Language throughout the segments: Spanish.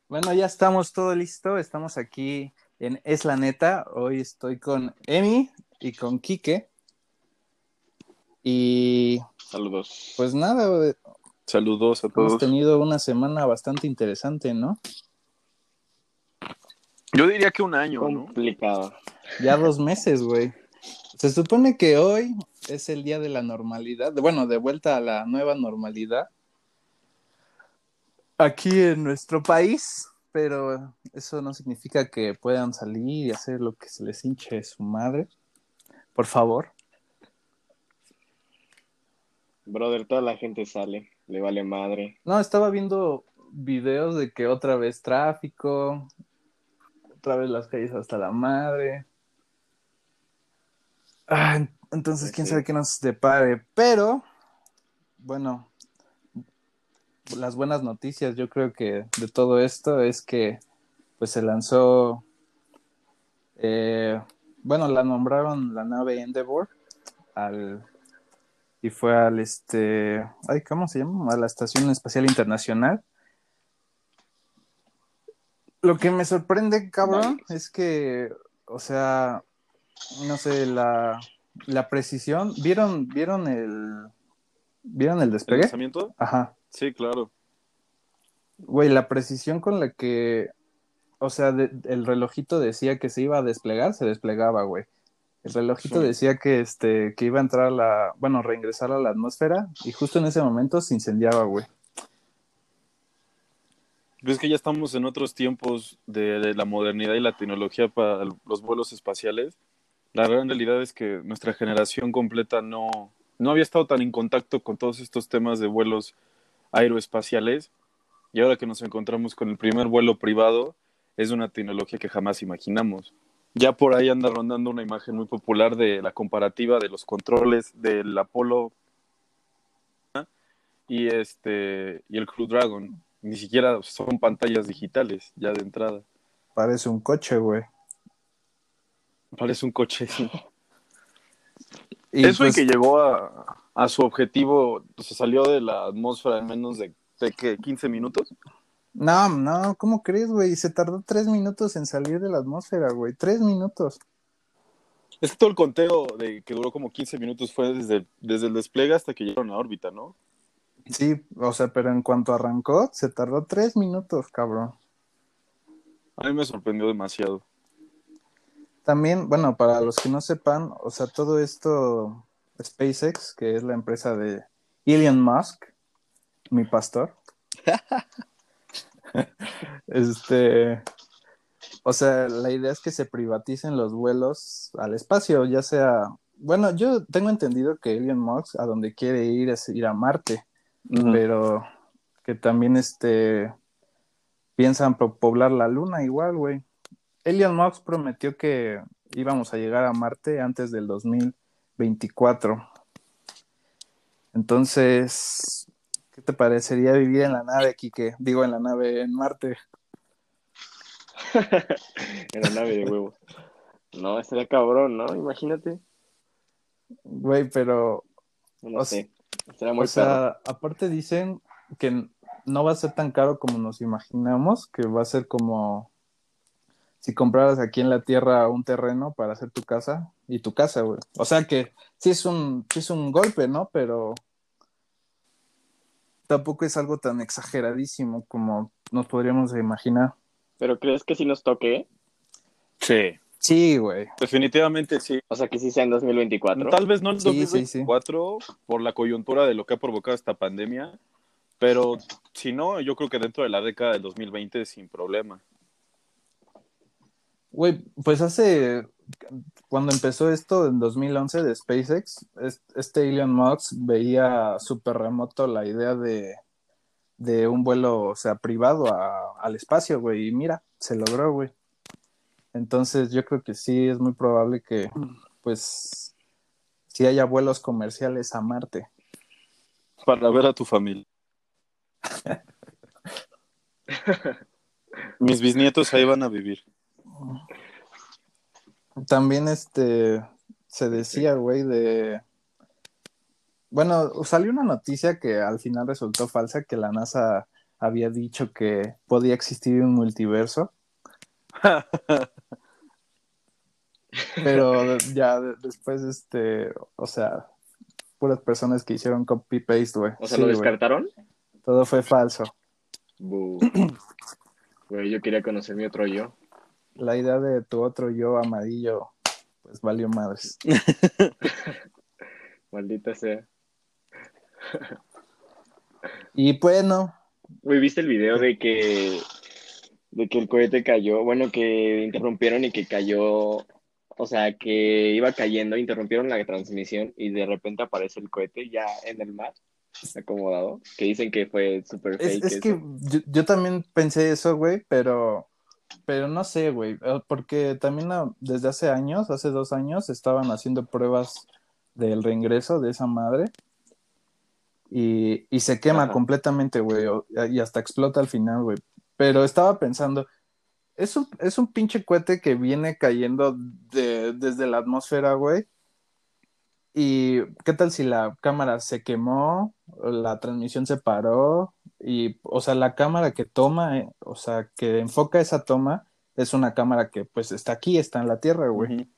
Bueno, ya estamos todo listo. Estamos aquí en Es la Neta. Hoy estoy con Emi y con Quique. Y pues Saludos. nada, Saludos a hemos todos. tenido una semana bastante interesante, ¿no? Yo diría que un año, ¿no? Complicado. Ya 2 meses, güey. Se supone que hoy es el día de la normalidad, bueno, de vuelta a la nueva normalidad aquí en nuestro país, pero eso no significa que puedan salir y hacer lo que se les hinche su madre. Por favor. Brother, toda la gente sale, le vale madre. No, estaba viendo videos de que otra vez tráfico, otra vez las calles hasta la madre. Entonces, Pues quién sabe sí. qué nos depare. Pero, bueno, las buenas noticias, yo creo que de todo esto es que pues se lanzó, eh, bueno, la nombraron la nave Endeavour al, y fue al ay, ¿cómo se llama? A la Estación Espacial Internacional. Lo que me sorprende, Vale. cabrón, es que, o sea, no sé, la precisión. ¿Vieron el ¿El despegue? lanzamiento? Ajá. Sí, claro. Güey, la precisión con la que, o sea, el relojito decía que se iba a desplegar, se desplegaba, güey. El relojito Sí. decía que iba a entrar bueno, reingresar a la atmósfera y justo en ese momento se incendiaba, güey. Ves que ya estamos en otros tiempos de la modernidad y la tecnología para los vuelos espaciales. La gran realidad es que nuestra generación completa no había estado tan en contacto con todos estos temas de vuelos aeroespaciales. Y ahora que nos encontramos con el primer vuelo privado, es una tecnología que jamás imaginamos. Ya por ahí anda rondando una imagen muy popular de la comparativa de los controles del Apolo y el Crew Dragon. Ni siquiera son pantallas digitales ya de entrada. Parece un coche, güey. Parece un coche. Y Eso y que pues, llegó a su objetivo, se salió de la atmósfera en menos de ¿qué? 15 minutos. no, no, ¿cómo crees, güey? Se tardó 3 minutos en salir de la atmósfera, güey. 3 minutos. Es que todo el conteo de que duró como 15 minutos fue desde el despliegue hasta que llegaron a órbita, ¿no? Sí, o sea, pero en cuanto arrancó, se tardó 3 minutos, cabrón. A mí me sorprendió demasiado. También, bueno, para los que no sepan, o sea, todo esto, SpaceX, que es la empresa de Elon Musk, mi pastor, este, o sea, la idea es que se privaticen los vuelos al espacio, ya sea, bueno, yo tengo entendido que Elon Musk a donde quiere ir es ir a Marte, Ujú. pero que también piensan poblar la Luna igual, güey. Elon Musk prometió que íbamos a llegar a Marte antes del 2024. Entonces, ¿qué te parecería vivir en la nave, Quique? Digo, en la nave en Marte. En la nave de huevos. No, estaría cabrón, ¿no? Imagínate. Güey, pero, No o, s- sé. Estaría o muy perro. sea, aparte dicen que no va a ser tan caro como nos imaginamos, que va a ser como si compraras aquí en la Tierra un terreno para hacer tu casa y tu casa, güey. O sea que sí es un golpe, ¿no? Pero tampoco es algo tan exageradísimo como nos podríamos imaginar. ¿Pero crees que si nos toque? Sí, Sí, güey. definitivamente sí. O sea, que sí sea en 2024. Tal vez no en Sí, sí, sí. 2024 por la coyuntura de lo que ha provocado esta pandemia, pero si no, yo creo que dentro de la década del 2020 sin problema. Güey, pues cuando empezó esto en 2011 de SpaceX, Elon Musk veía súper remoto la idea de un vuelo, o sea, privado al espacio, güey, y mira, se logró, güey. Entonces yo creo que sí es muy probable que, pues, sí haya vuelos comerciales a Marte. Para ver a tu familia. Mis bisnietos ahí van a vivir. También se decía, Perfecto. güey, bueno, salió una noticia que al final resultó falsa, que la NASA había dicho que podía existir un multiverso, pero ya después, o sea, puras personas que hicieron copy-paste, güey. O sea, ¿lo Sí, güey. descartaron? Todo fue falso. Bu. Güey, yo quería conocer mi otro yo. La idea de tu otro yo amarillo, pues valió madres. Maldita sea. Y bueno, Güey, ¿viste el video ¿qué? de que el cohete cayó? Bueno, que interrumpieron y que cayó, o sea, que iba cayendo, interrumpieron la transmisión y de repente aparece el cohete ya en el mar, acomodado, que dicen que fue súper fake Es que eso. yo también pensé eso, güey, pero no sé, güey, porque también desde hace años, hace 2 años, estaban haciendo pruebas del reingreso de esa madre y se quema Ajá. completamente, güey, y hasta explota al final, güey. Pero estaba pensando, es un pinche cohete que viene cayendo desde la atmósfera, güey. ¿Y qué tal si la cámara se quemó, o la transmisión se paró y, o sea, la cámara que toma, o sea, que enfoca esa toma, es una cámara que pues está aquí, está en la Tierra, güey. Ujú.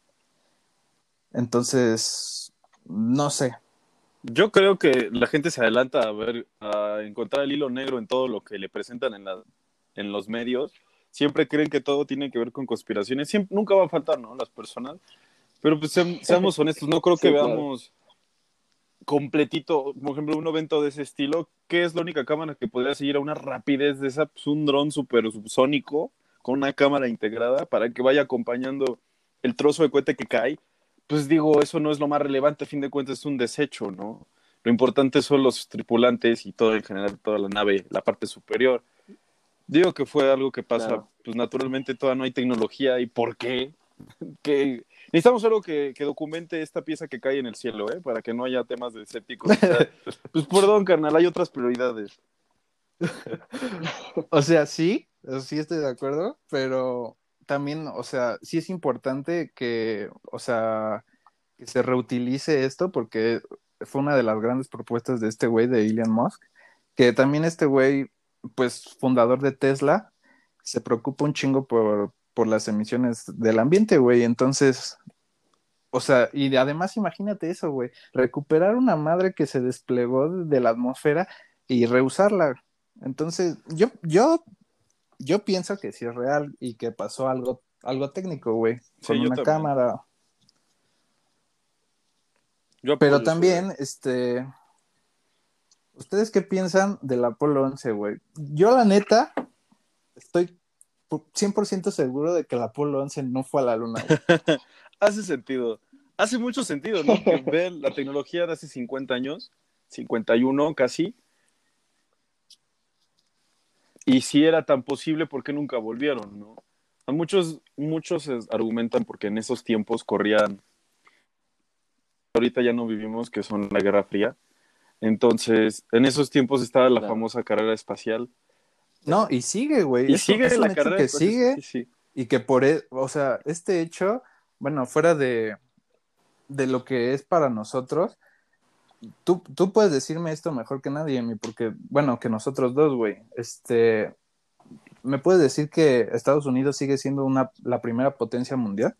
Entonces, no sé. Yo creo que la gente se adelanta a ver, a encontrar el hilo negro en todo lo que le presentan en los medios. Siempre creen que todo tiene que ver con conspiraciones. Nunca va a faltar, ¿no? Las personas. Pero pues seamos honestos, no creo que Sí, claro. veamos completito, por ejemplo, un evento de ese estilo. ¿Qué es la única cámara que podría seguir a una rapidez de esa? Pues un dron super subsónico con una cámara integrada para que vaya acompañando el trozo de cohete que cae. Pues digo, eso no es lo más relevante, a fin de cuentas es un desecho, ¿no? Lo importante son los tripulantes y todo en general, toda la nave, la parte superior. Digo que fue algo que pasa, Claro. pues naturalmente todavía no hay tecnología. ¿Y por qué? Que necesitamos algo que documente esta pieza que cae en el cielo, ¿eh? Para que no haya temas de escépticos. O sea, pues perdón, carnal, hay otras prioridades. O sea, sí estoy de acuerdo, pero también, o sea, sí es importante que, o sea, que se reutilice esto porque fue una de las grandes propuestas de este güey de Elon Musk, que también este güey, pues fundador de Tesla, se preocupa un chingo por las emisiones del ambiente, güey. Entonces, o sea, y además imagínate eso, güey, recuperar una madre que se desplegó de la atmósfera y reusarla. Entonces, yo pienso que sí es real y que pasó algo técnico, güey, Sí, con yo una también. cámara. Yo Pero apoyo su idea. también, ¿ustedes qué piensan del Apolo 11, güey? Yo, la neta, estoy 100% seguro de que el Apolo 11 no fue a la luna, güey. Hace sentido. Hace mucho sentido, ¿no? Que ver la tecnología de hace 50 años, 51 casi, y si era tan posible, ¿por qué nunca volvieron, no? A muchos argumentan porque en esos tiempos corrían, ahorita ya no vivimos, que son la Guerra Fría. Entonces, en esos tiempos estaba la Claro. famosa carrera espacial. No, y sigue, güey. Y Eso sigue es un la hecho carrera que espacial, sí, sigue sí. y que o sea, este hecho, bueno, fuera de lo que es para nosotros, tú puedes decirme esto mejor que nadie, porque, bueno, que nosotros dos, güey. ¿Me puedes decir que Estados Unidos sigue siendo la primera potencia mundial?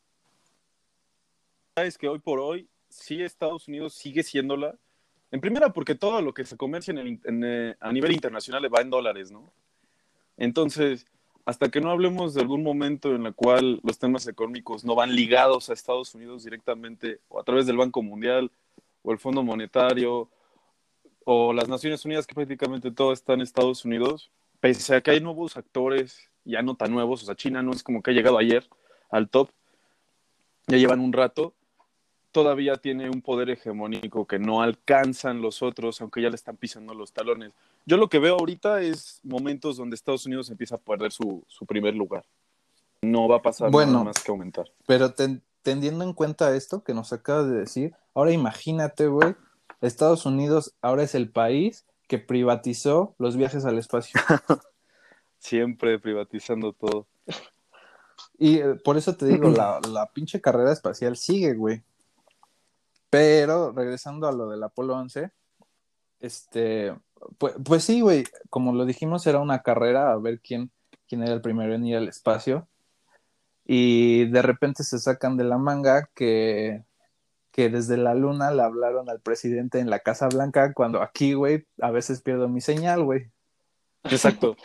Es que hoy por hoy, sí, Estados Unidos sigue siéndola. En primera, porque todo lo que se comercia a nivel internacional va en dólares, ¿no? Entonces, hasta que no hablemos de algún momento en el cual los temas económicos no van ligados a Estados Unidos directamente, o a través del Banco Mundial, o el Fondo Monetario, o las Naciones Unidas, que prácticamente todo está en Estados Unidos, pese a que hay nuevos actores, ya no tan nuevos, o sea, China no es como que ha llegado ayer al top, ya llevan un rato, todavía tiene un poder hegemónico que no alcanzan los otros, aunque ya le están pisando los talones. Yo lo que veo ahorita es momentos donde Estados Unidos empieza a perder su primer lugar. No va a pasar nada Bueno, más que aumentar. pero teniendo en cuenta esto que nos acabas de decir, ahora imagínate, güey, Estados Unidos ahora es el país que privatizó los viajes al espacio. Siempre privatizando todo. Y por eso te digo, la pinche carrera espacial sigue, güey. Pero regresando a lo del Apolo 11, Pues sí, güey, como lo dijimos, era una carrera a ver quién era el primero en ir al espacio. Y de repente se sacan de la manga que desde la luna le hablaron al presidente en la Casa Blanca, cuando aquí, güey, a veces pierdo mi señal, güey. Exacto.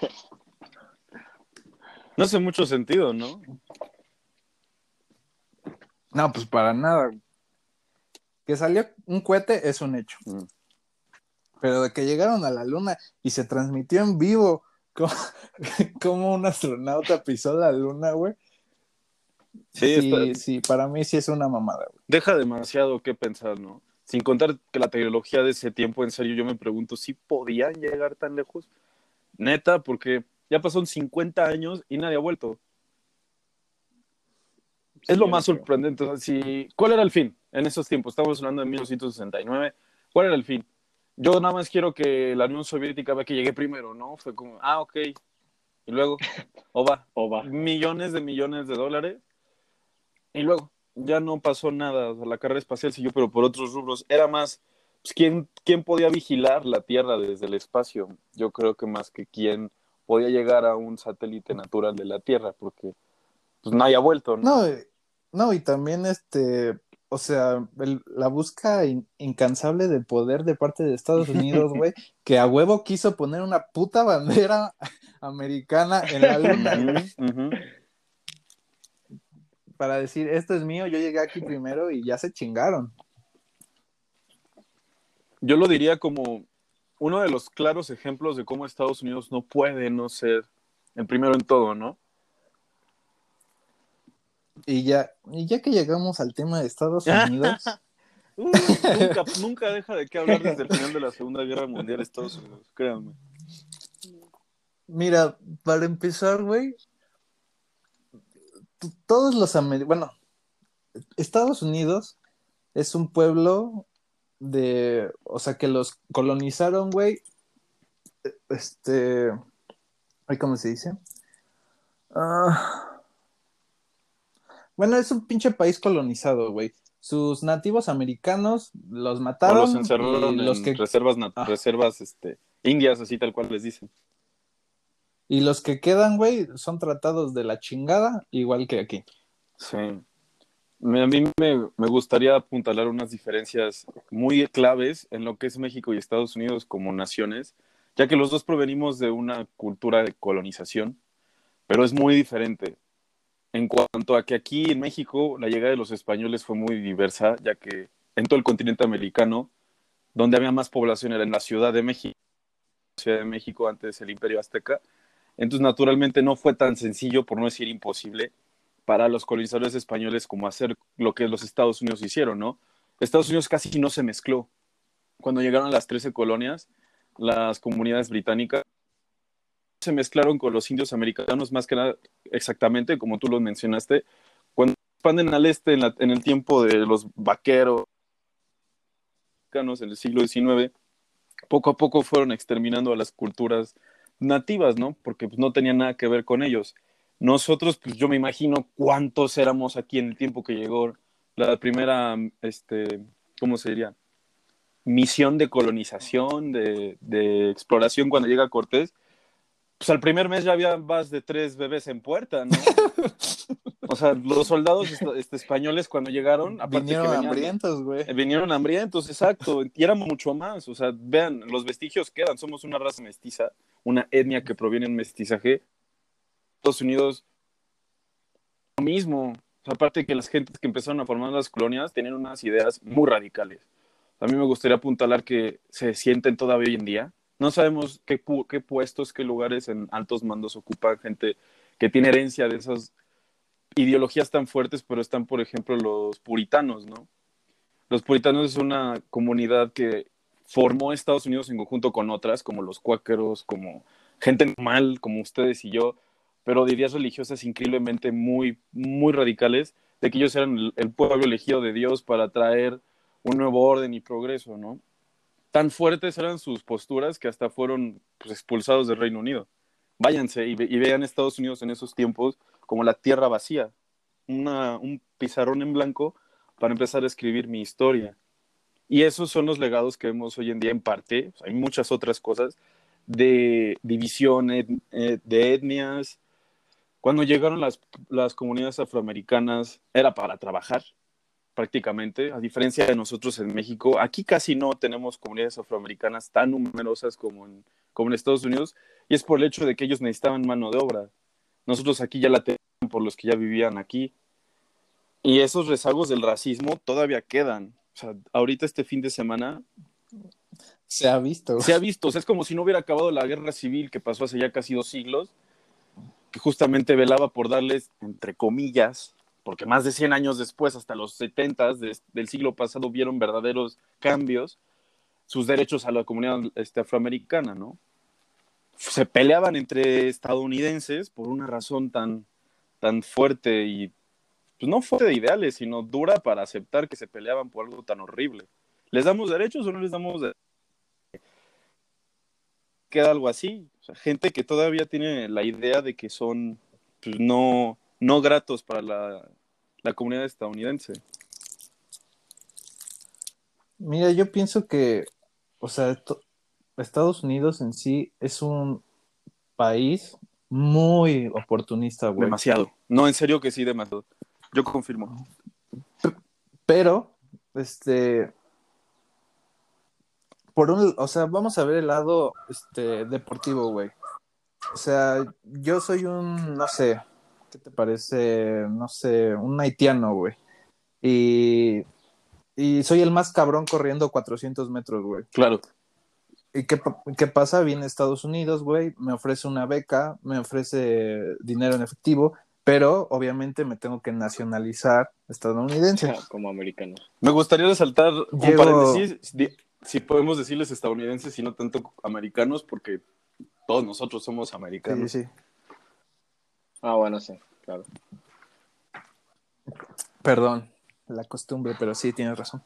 No hace mucho sentido, ¿no? No, pues para nada. Que salió un cohete es un hecho. Pero de que llegaron a la luna y se transmitió en vivo cómo, cómo un astronauta pisó la luna, güey. Sí, Sí, sí, para mí sí es una mamada, güey. deja demasiado que pensar, ¿no? Sin contar que la tecnología de ese tiempo, en serio, yo me pregunto si podían llegar tan lejos. Neta, porque ya pasaron 50 años y nadie ha vuelto. Es Sí, lo yo no más creo. sorprendente. O sea, ¿cuál era el fin en esos tiempos? Estamos hablando de 1969. ¿Cuál era el fin? Yo nada más quiero que la Unión Soviética vea que llegué primero, ¿no? Fue como, ok. Y luego, va, O va. millones de dólares. Y luego, ya no pasó nada. O sea, la carrera espacial siguió, pero por otros rubros. Era más, pues, ¿quién podía vigilar la Tierra desde el espacio? Yo creo que más que quién podía llegar a un satélite natural de la Tierra, porque pues nadie ha vuelto, ¿no? No, no, y también o sea, la busca incansable de poder de parte de Estados Unidos, güey, que a huevo quiso poner una puta bandera americana en la luna, güey, para decir, esto es mío, yo llegué aquí primero y ya se chingaron. Yo lo diría como uno de los claros ejemplos de cómo Estados Unidos no puede no ser el primero en todo, ¿no? Y ya que llegamos al tema de Estados Unidos, Nunca deja de qué hablar desde el final de la Segunda Guerra Mundial Estados Unidos, créanme. mira, para empezar, güey, todos los bueno, Estados Unidos es un pueblo o sea, que los colonizaron, güey, este, ay, ¿cómo se dice? Ah, bueno, es un pinche país colonizado, güey. Sus nativos americanos los O los mataron encerraron en ah, reservas indias, así tal cual les dicen. y los que quedan, güey, son tratados de la chingada, igual que aquí. Sí. A mí me gustaría apuntalar unas diferencias muy claves en lo que es México y Estados Unidos como naciones, ya que los dos provenimos de una cultura de colonización, pero es muy diferente. En cuanto a que aquí en México la llegada de los españoles fue muy diversa, ya que en todo el continente americano, donde había más población era en la Ciudad de México antes el Imperio Azteca. Entonces, naturalmente no fue tan sencillo, por no decir imposible, para los colonizadores españoles como hacer lo que los Estados Unidos hicieron, ¿no? Estados Unidos casi no se mezcló. Cuando llegaron las 13 colonias, las comunidades británicas se mezclaron con los indios americanos, más que nada, exactamente como tú lo mencionaste, cuando expanden al este en el tiempo de los vaqueros en el siglo XIX, poco a poco fueron exterminando a las culturas nativas, ¿no? Porque pues, no tenían nada que ver con ellos. Nosotros, pues yo me imagino cuántos éramos aquí en el tiempo que llegó la primera, ¿cómo se diría? Misión de colonización, de exploración cuando llega Cortés. Pues al primer mes ya había más de 3 bebés en puerta, ¿no? O sea, los soldados españoles cuando llegaron, aparte que Vinieron hambrientos, güey. vinieron hambrientos, exacto, y éramos mucho más. O sea, vean, los vestigios quedan, somos una raza mestiza, una etnia que proviene en mestizaje. Estados Unidos, lo mismo. O sea, aparte que las gentes que empezaron a formar las colonias tenían unas ideas muy radicales. A mí me gustaría apuntalar que se sienten todavía hoy en día. No sabemos qué puestos, qué lugares en altos mandos ocupan gente que tiene herencia de esas ideologías tan fuertes, pero están, por ejemplo, los puritanos, ¿no? Los puritanos es una comunidad que formó Estados Unidos en conjunto con otras, como los cuáqueros, como gente normal, como ustedes y yo, pero de ideas religiosas increíblemente muy, muy radicales, de que ellos eran el pueblo elegido de Dios para traer un nuevo orden y progreso, ¿no? Tan fuertes eran sus posturas que hasta fueron pues, expulsados del Reino Unido. Váyanse y vean Estados Unidos en esos tiempos como la tierra vacía, un pizarrón en blanco para empezar a escribir mi historia. Y esos son los legados que vemos hoy en día en parte. O sea, hay muchas otras cosas de división de etnias. Cuando llegaron las comunidades afroamericanas era para trabajar prácticamente, a diferencia de nosotros en México. Aquí casi no tenemos comunidades afroamericanas tan numerosas como en Estados Unidos, y es por el hecho de que ellos necesitaban mano de obra. Nosotros aquí ya la teníamos por los que ya vivían aquí. Y esos rezagos del racismo todavía quedan. O sea, ahorita este fin de semana Se ha visto. se ha visto. O sea, es como si no hubiera acabado la guerra civil que pasó hace ya casi 2 siglos, que justamente velaba por darles, entre comillas, porque más de 100 años después, hasta los 70 del siglo pasado, vieron verdaderos cambios, sus derechos a la comunidad afroamericana, ¿no? Se peleaban entre estadounidenses por una razón tan fuerte y pues no fuerte de ideales, sino dura para aceptar que se peleaban por algo tan horrible. ¿Les damos derechos o no les damos derechos? Queda algo así. O sea, gente que todavía tiene la idea de que son pues, no gratos para la comunidad estadounidense. Mira, yo pienso que, o sea, Estados Unidos en sí es un país muy oportunista, güey. Demasiado. No, en serio que sí, demasiado. Yo confirmo. Pero, este, o sea, vamos a ver el lado, deportivo, güey. O sea, yo soy no sé, ¿qué te parece? No sé, un haitiano, güey. Y, y soy el más cabrón corriendo 400 metros, güey. Claro. ¿Y qué pasa? Viene a Estados Unidos, güey, me ofrece una beca, me ofrece dinero en efectivo, pero obviamente me tengo que nacionalizar estadounidense. Como americano. Me gustaría resaltar un Llego, paréntesis, si podemos decirles estadounidenses y no tanto americanos, porque todos nosotros somos sí, americanos. sí, Bueno, sí, claro. perdón, la costumbre, pero sí, tienes razón.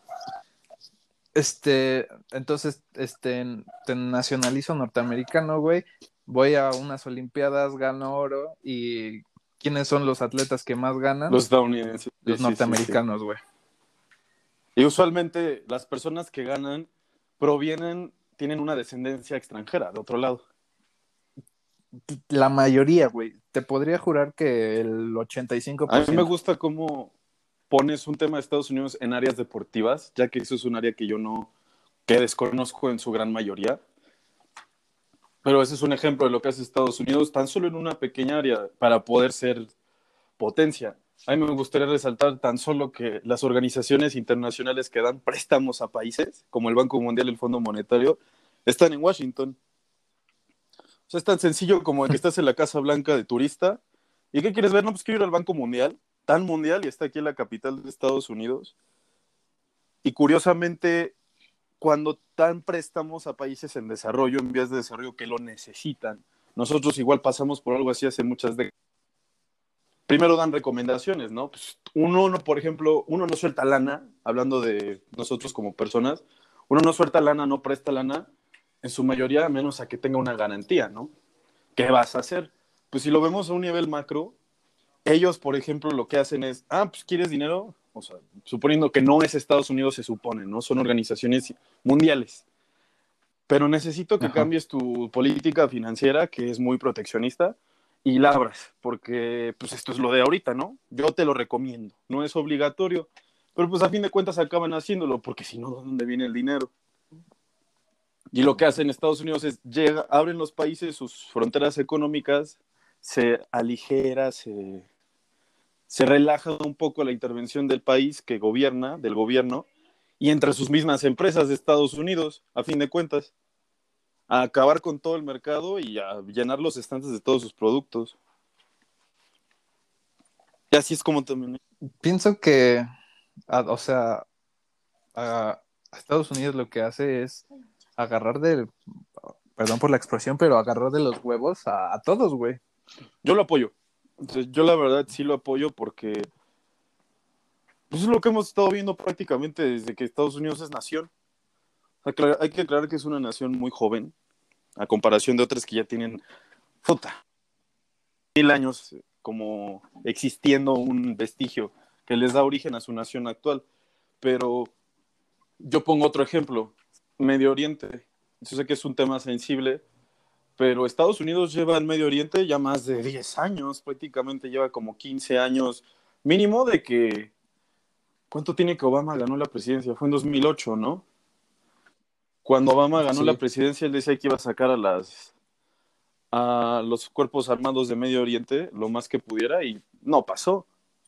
Entonces, te nacionalizo norteamericano, güey, voy a unas olimpiadas, gano oro, y ¿quiénes son los atletas que más ganan? Los estadounidenses. Sí, Los sí, sí, sí. norteamericanos, güey. Y usualmente las personas que ganan tienen una descendencia extranjera, de otro lado. La mayoría, güey. Te podría jurar que el A mí me 85%. gusta cómo pones un tema de Estados Unidos en áreas deportivas, ya que eso es un área que desconozco en su gran mayoría. Pero ese es un ejemplo de lo que hace Estados Unidos tan solo en una pequeña área para poder ser potencia. A mí me gustaría resaltar tan solo que las organizaciones internacionales que dan préstamos a países, como el Banco Mundial y el Fondo Monetario, están en Washington. O sea, es tan sencillo como que estás en la Casa Blanca de turista. ¿Y qué quieres ver? No, pues quiero ir al Banco Mundial, tan mundial, y está aquí en la capital de Estados Unidos. Y curiosamente, cuando dan préstamos a países en desarrollo, en vías de desarrollo que lo necesitan, nosotros igual pasamos por algo así hace muchas décadas. Primero dan recomendaciones, ¿no? Pues por ejemplo, uno no suelta lana, hablando de nosotros como personas, uno no suelta lana, no presta lana, en su mayoría, a menos a que tenga una garantía, ¿no? ¿Qué vas a hacer? Pues si lo vemos a un nivel macro, ellos, por ejemplo, lo que hacen es, pues ¿quieres dinero? O sea, suponiendo que no es Estados Unidos, se supone, ¿no? Son organizaciones mundiales. Pero necesito que Ajá. cambies tu política financiera, que es muy proteccionista, y la abras, porque pues esto es lo de ahorita, ¿no? Yo te lo recomiendo, no es obligatorio, pero pues a fin de cuentas acaban haciéndolo, porque si no, ¿de dónde viene el dinero? Y lo que hacen Estados Unidos es, abren los países sus fronteras económicas, se aligera, se relaja un poco la intervención del país que gobierna, del gobierno, y entre sus mismas empresas de Estados Unidos, a fin de cuentas, a acabar con todo el mercado y a llenar los estantes de todos sus productos. Y así es como también. Pienso que, o sea, a Estados Unidos lo que hace es agarrar perdón por la expresión, pero agarrar de los huevos a todos, güey. Yo lo apoyo. Entonces, yo la verdad sí lo apoyo porque pues, es lo que hemos estado viendo prácticamente desde que Estados Unidos es nación. Hay que aclarar que es una nación muy joven, a comparación de otras que ya tienen, puta, 1000 años como existiendo un vestigio que les da origen a su nación actual. Pero Yo pongo otro ejemplo, Medio Oriente. Yo sé que es un tema sensible, pero Estados Unidos lleva en Medio Oriente ya más de 10 años, prácticamente lleva como 15 años mínimo de que... ¿Cuánto tiene que Obama ganó la presidencia? Fue en 2008, ¿no? Cuando Obama ganó la Sí. presidencia, él decía que iba a sacar a los cuerpos armados de Medio Oriente lo más que pudiera y no pasó.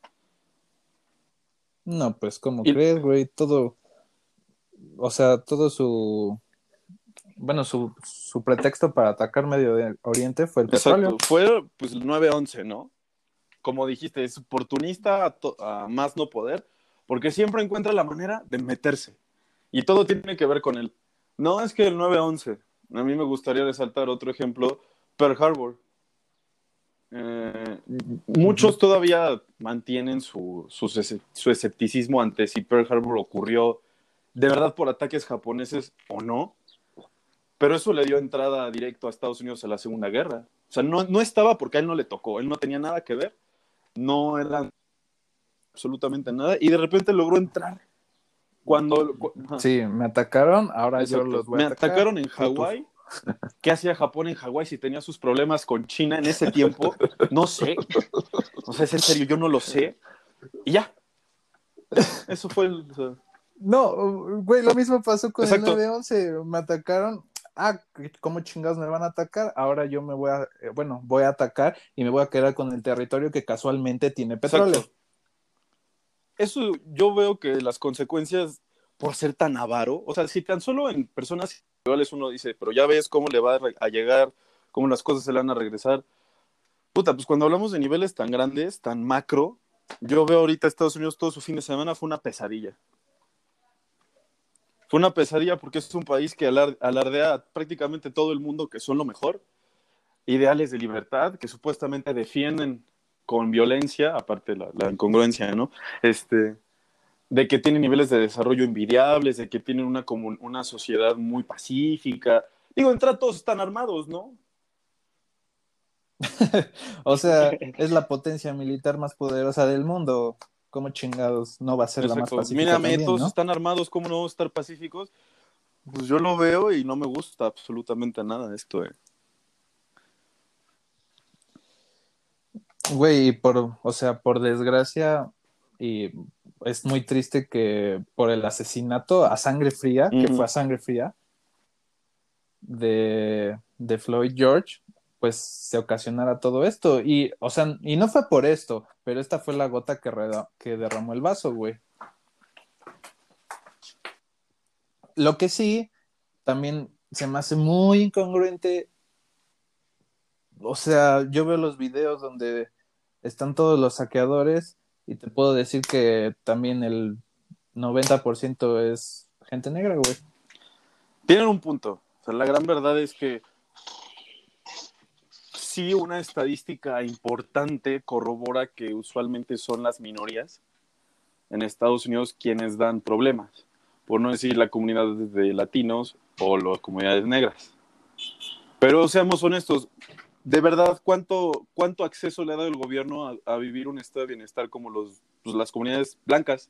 No, pues, ¿cómo Y, crees, güey? Todo, o sea, todo su, bueno, su pretexto para atacar Oriente fue el exacto, petróleo. fue pues el 9/11, ¿no? Como dijiste, es oportunista a más no poder, porque siempre encuentra la manera de meterse. Y todo tiene que ver con él. No es que el 9/11, a mí me gustaría resaltar otro ejemplo, Pearl Harbor. Eh, Ujú. Muchos todavía mantienen su escepticismo ante si Pearl Harbor ocurrió de verdad por ataques japoneses o no, pero eso le dio entrada directo a Estados Unidos a la Segunda Guerra. O sea, no estaba porque a él no le tocó, él no tenía nada que ver, no era absolutamente nada, y de repente logró entrar cuando... Sí, me atacaron, ahora yo Exacto. los voy a Me atacar. atacaron en Putos. Hawái. ¿Qué hacía Japón en Hawái si tenía sus problemas con China en ese tiempo? No sé. O sea, es en serio, yo no lo sé. Y ya, eso fue el... o sea, No, güey, lo mismo pasó con el exacto, 9/11. Me atacaron. Ah, ¿cómo chingados me van a atacar? Ahora yo me voy a, bueno, voy a atacar y me voy a quedar con el territorio que casualmente tiene petróleo. exacto. Eso yo veo que las consecuencias por ser tan avaro, o sea, si tan solo en personas individuales uno dice, pero ya ves cómo le va a llegar, cómo las cosas se le van a regresar. Puta, pues cuando hablamos de niveles tan grandes, tan macro, yo veo ahorita Estados Unidos todo su fin de semana fue una pesadilla. Fue una pesadilla porque es un país que alardea a prácticamente todo el mundo que son lo mejor, ideales de libertad que supuestamente defienden con violencia, aparte la incongruencia, ¿no? Este, de que tienen niveles de desarrollo envidiables, de que tienen una sociedad muy pacífica. Digo, entre todos están armados, ¿no? O sea, es la potencia militar más poderosa del mundo. ¿Cómo chingados no va a ser la más Exacto. pacífica Mírame, también, todos no? están armados, ¿cómo no vamos a estar pacíficos? Pues yo lo veo y no me gusta absolutamente nada esto, eh. Güey, y o sea, por desgracia, y es muy triste que por el asesinato a sangre fría, que fue Ujú. a sangre fría, de Floyd George, pues se ocasionara todo esto. Y, o sea, y no fue por esto, pero esta fue la gota que derramó el vaso, güey. Lo que sí, también se me hace muy incongruente. O sea, yo veo los videos donde están todos los saqueadores y te puedo decir que también el 90% es gente negra, güey. Tienen un punto. O sea, la gran verdad es que sí, una estadística importante corrobora que usualmente son las minorías en Estados Unidos quienes dan problemas, por no decir la comunidad de latinos o las comunidades negras. Pero seamos honestos, de verdad, ¿cuánto acceso le ha dado el gobierno a vivir un estado de bienestar como pues, las comunidades blancas?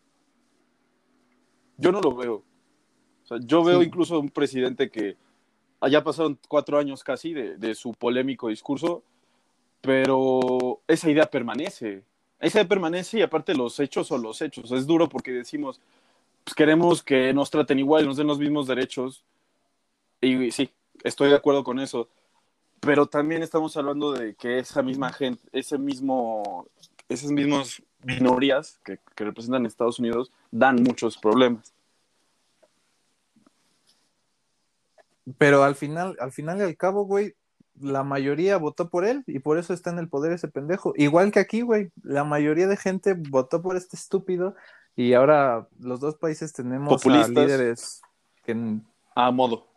Yo no lo veo. O sea, yo veo Sí, incluso un presidente que allá pasaron 4 años casi de su polémico discurso, pero esa idea permanece. Esa idea permanece y aparte los hechos son los hechos. Es duro porque decimos, pues queremos que nos traten igual, nos den los mismos derechos. Y sí, estoy de acuerdo con eso. Pero también estamos hablando de que esa misma gente, esas mismas minorías que representan Estados Unidos dan muchos problemas. pero al final y al cabo, güey, la mayoría votó por él y por eso está en el poder ese pendejo. Igual que aquí, güey, la mayoría de gente votó por este estúpido y ahora los dos países tenemos a Populistas líderes que a modo.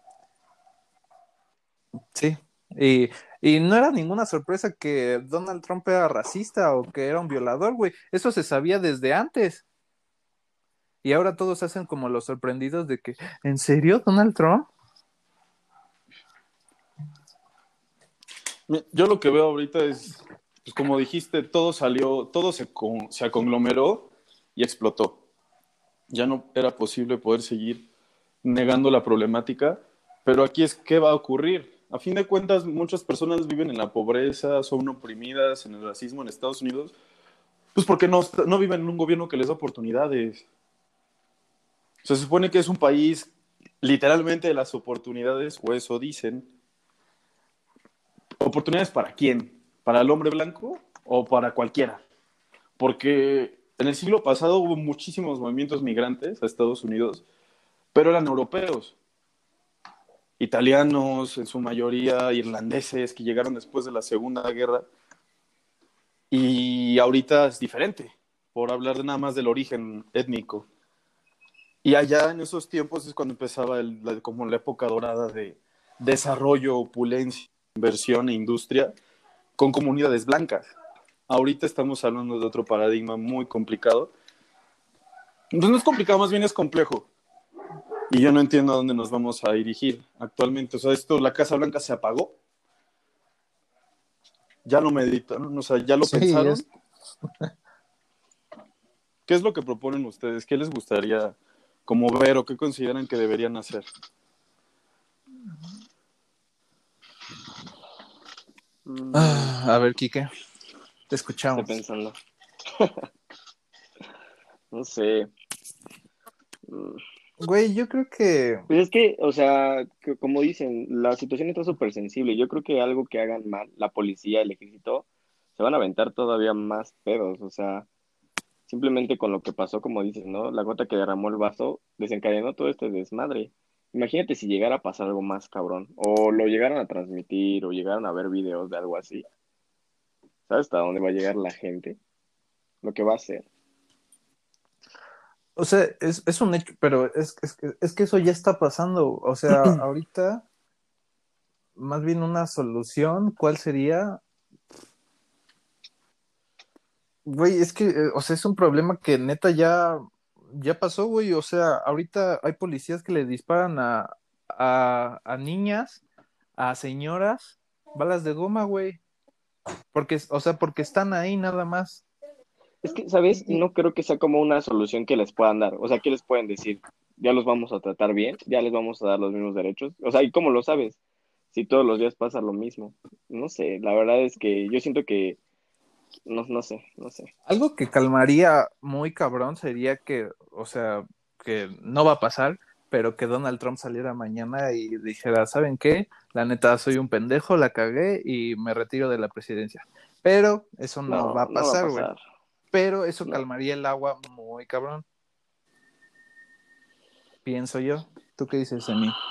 sí. Y no era ninguna sorpresa que Donald Trump era racista o que era un violador, güey. Eso se sabía desde antes. Y ahora todos hacen como los sorprendidos de que, ¿en serio, Donald Trump? Yo lo que veo ahorita es, pues como dijiste, todo salió, se conglomeró y explotó. ya no era posible poder seguir negando la problemática, pero aquí es qué va a ocurrir. A fin de cuentas, muchas personas viven en la pobreza, son oprimidas en el racismo en Estados Unidos, pues porque no viven en un gobierno que les da oportunidades. Se supone que es un país literalmente de las oportunidades, o eso dicen. ¿Oportunidades para quién? ¿Para el hombre blanco o para cualquiera? Porque en el siglo pasado hubo muchísimos movimientos migrantes a Estados Unidos, pero eran europeos, italianos, en su mayoría irlandeses, que llegaron después de la Segunda Guerra. Y ahorita es diferente, por hablar nada más del origen étnico. Y allá en esos tiempos es cuando empezaba como la época dorada de desarrollo, opulencia, inversión e industria con comunidades blancas. Ahorita estamos hablando de otro paradigma muy complicado. Entonces no es complicado, más bien es complejo. Y yo no entiendo a dónde nos vamos a dirigir actualmente. O sea, la Casa Blanca se apagó. Ya lo meditaron, o sea, ya lo Sí, pensaron. ¿Qué es lo que proponen ustedes? ¿Qué les gustaría como ver o qué consideran que deberían hacer? A ver, Quique, te Estoy escuchamos. pensando. No sé. Mm, Güey, yo creo que, Pues es que, o sea, como dicen, la situación está súper sensible. Yo creo que algo que hagan mal, la policía, el ejército, se van a aventar todavía más pedos. O sea, simplemente con lo que pasó, como dicen, ¿no? La gota que derramó el vaso desencadenó todo este desmadre. Imagínate si llegara a pasar algo más cabrón, o lo llegaran a transmitir, o llegaran a ver videos de algo así. ¿Sabes hasta dónde va a llegar la gente? Lo que va a hacer. o sea, es un hecho, pero es que eso ya está pasando. O sea, ahorita, más bien una solución, ¿cuál sería? Güey, es que, o sea, es un problema que neta ya pasó, güey. O sea, ahorita hay policías que le disparan a niñas, a señoras, balas de goma, güey. Porque, o sea, porque están ahí nada más. Es que, ¿sabes? Y, No creo que sea como una solución que les puedan dar. O sea, ¿qué les pueden decir? Ya los vamos a tratar bien, ya les vamos a dar los mismos derechos. O sea, ¿y cómo lo sabes? Si todos los días pasa lo mismo. No sé, la verdad es que yo siento que, no sé, no sé. algo que calmaría muy cabrón sería que, o sea, que no va a pasar, pero que Donald Trump saliera mañana y dijera, ¿saben qué? La neta, soy un pendejo, la cagué y me retiro de la presidencia. Pero eso no va No, a no va a pasar, güey. pasar. Pero eso No. calmaría el agua muy cabrón, pienso yo. ¿Tú qué dices de mí?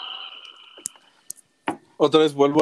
Otra vez vuelvo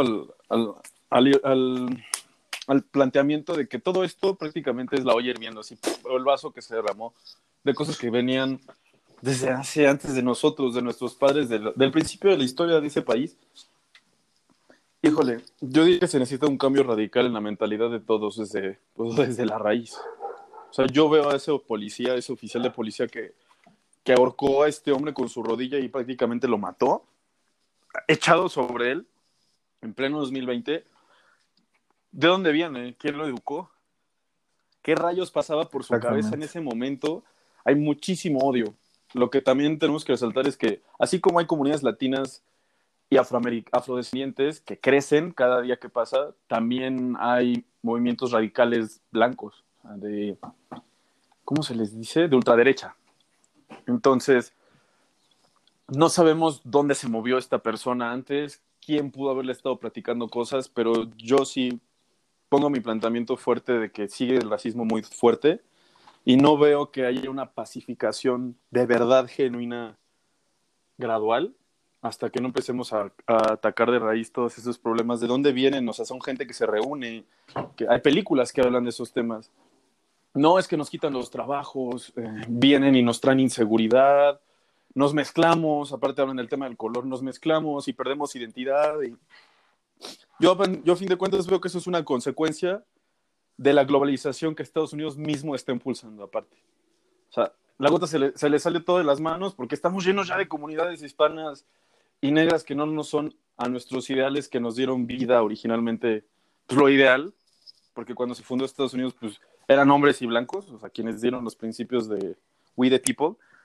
al planteamiento de que todo esto prácticamente es la olla hirviendo, así, o el vaso que se derramó, de cosas que venían desde hace antes de nosotros, de nuestros padres, del principio de la historia de ese país. Híjole, yo diría que se necesita un cambio radical en la mentalidad de todos desde, pues, desde la raíz. O sea, yo veo a ese policía, ese oficial de policía que ahorcó a este hombre con su rodilla y prácticamente lo mató, echado sobre él en pleno 2020. ¿De dónde viene? ¿Quién lo educó? ¿Qué rayos pasaba por su cabeza en Exactamente. ese momento? Hay muchísimo odio. Lo que también tenemos que resaltar es que, así como hay comunidades latinas y afrodescendientes que crecen cada día que pasa, también hay movimientos radicales blancos, de, ¿cómo se les dice? De ultraderecha. Entonces, no sabemos dónde se movió esta persona antes, quién pudo haberle estado platicando cosas, pero yo sí pongo mi planteamiento fuerte de que sigue el racismo muy fuerte y no veo que haya una pacificación de verdad genuina gradual hasta que no empecemos a atacar de raíz todos esos problemas. ¿De dónde vienen? O sea, son gente que se reúne, que hay películas que hablan de esos temas. No es que nos quitan los trabajos, vienen y nos traen inseguridad, nos mezclamos, aparte hablan del tema del color, nos mezclamos y perdemos identidad. Yo a fin de cuentas veo que eso es una consecuencia de la globalización que Estados Unidos mismo está impulsando aparte. O sea, la gota se le sale todo de las manos porque estamos llenos ya de comunidades hispanas y negras que no nos son a nuestros ideales que nos dieron vida originalmente, pues lo ideal, porque cuando se fundó Estados Unidos, pues eran hombres y blancos, o sea, quienes dieron los principios de We the People,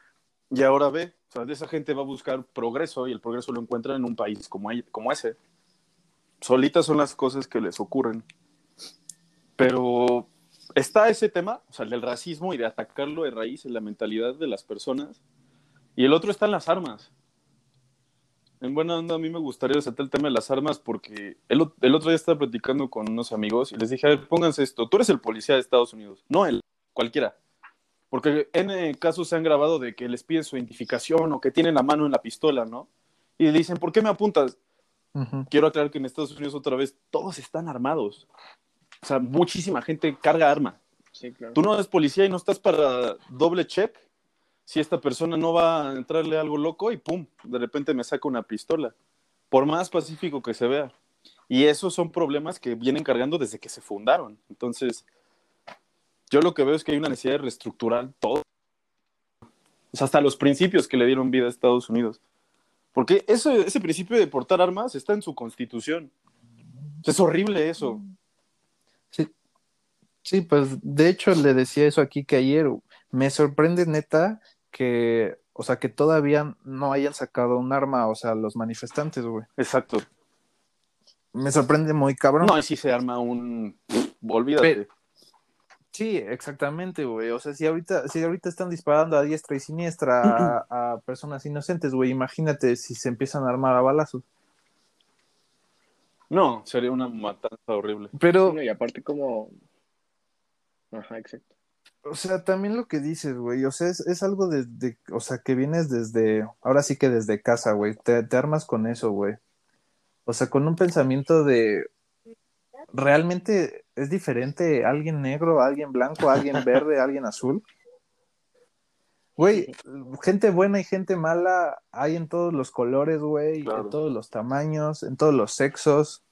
Y ahora ve, o sea, esa gente va a buscar progreso y el progreso lo encuentra en un país como ese. Solitas son las cosas que les ocurren. Pero está ese tema, o sea, el del racismo y de atacarlo de raíz en la mentalidad de las personas. Y el otro está en las armas. En buena onda, a mí me gustaría resaltar el tema de las armas porque el otro día estaba platicando con unos amigos y les dije, a ver, pónganse esto, tú eres el policía de Estados Unidos, no él, cualquiera. Porque en casos se han grabado de que les piden su identificación o que tienen la mano en la pistola, ¿no? Y le dicen, ¿por qué me apuntas? Uh-huh. Quiero aclarar que en Estados Unidos otra vez todos están armados. O sea, muchísima gente carga arma. Sí, claro. Tú no eres policía y no estás para doble check si esta persona no va a entrarle algo loco y pum, de repente me saca una pistola. Por más pacífico que se vea. Y esos son problemas que vienen cargando desde que se fundaron. Entonces, yo lo que veo es que hay una necesidad de reestructurar todo. O sea, hasta los principios que le dieron vida a Estados Unidos. Porque ese principio de portar armas está en su constitución. Es horrible eso. Sí, sí, pues de hecho le decía eso aquí que ayer me sorprende neta que, o sea, que todavía no hayan sacado un arma, o sea, los manifestantes, güey. Exacto. Me sorprende muy cabrón. No, si se arma un... Olvídate. Sí, exactamente, güey. O sea, si ahorita están disparando a diestra y siniestra a personas inocentes, güey, imagínate si se empiezan a armar a balazos. No, sería una matanza horrible. Sí, Pero, no, y aparte como... Ajá, exacto. o sea, también lo que dices, güey, o sea, es algo o sea, que vienes desde, ahora sí que desde casa, güey, te armas con eso, güey. O sea, con un pensamiento de, ¿realmente es diferente alguien negro, alguien blanco, alguien verde, alguien azul? Güey, gente buena y gente mala hay en todos los colores, güey, en Claro. todos los tamaños, en todos los sexos.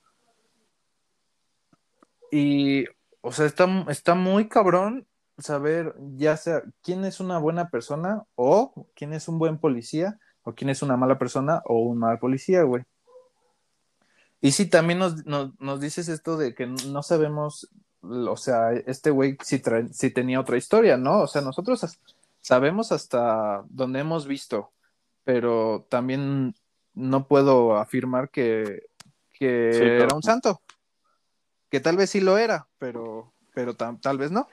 Y, o sea, está muy cabrón saber ya sea quién es una buena persona o quién es un buen policía o quién es una mala persona o un mal policía, güey. Y sí, también nos dices esto de que no sabemos, o sea, este güey si tenía otra historia, ¿no? O sea, nosotros sabemos hasta donde hemos visto, pero también no puedo afirmar que Sí, claro. era un santo, que tal vez sí lo era, pero tal vez no.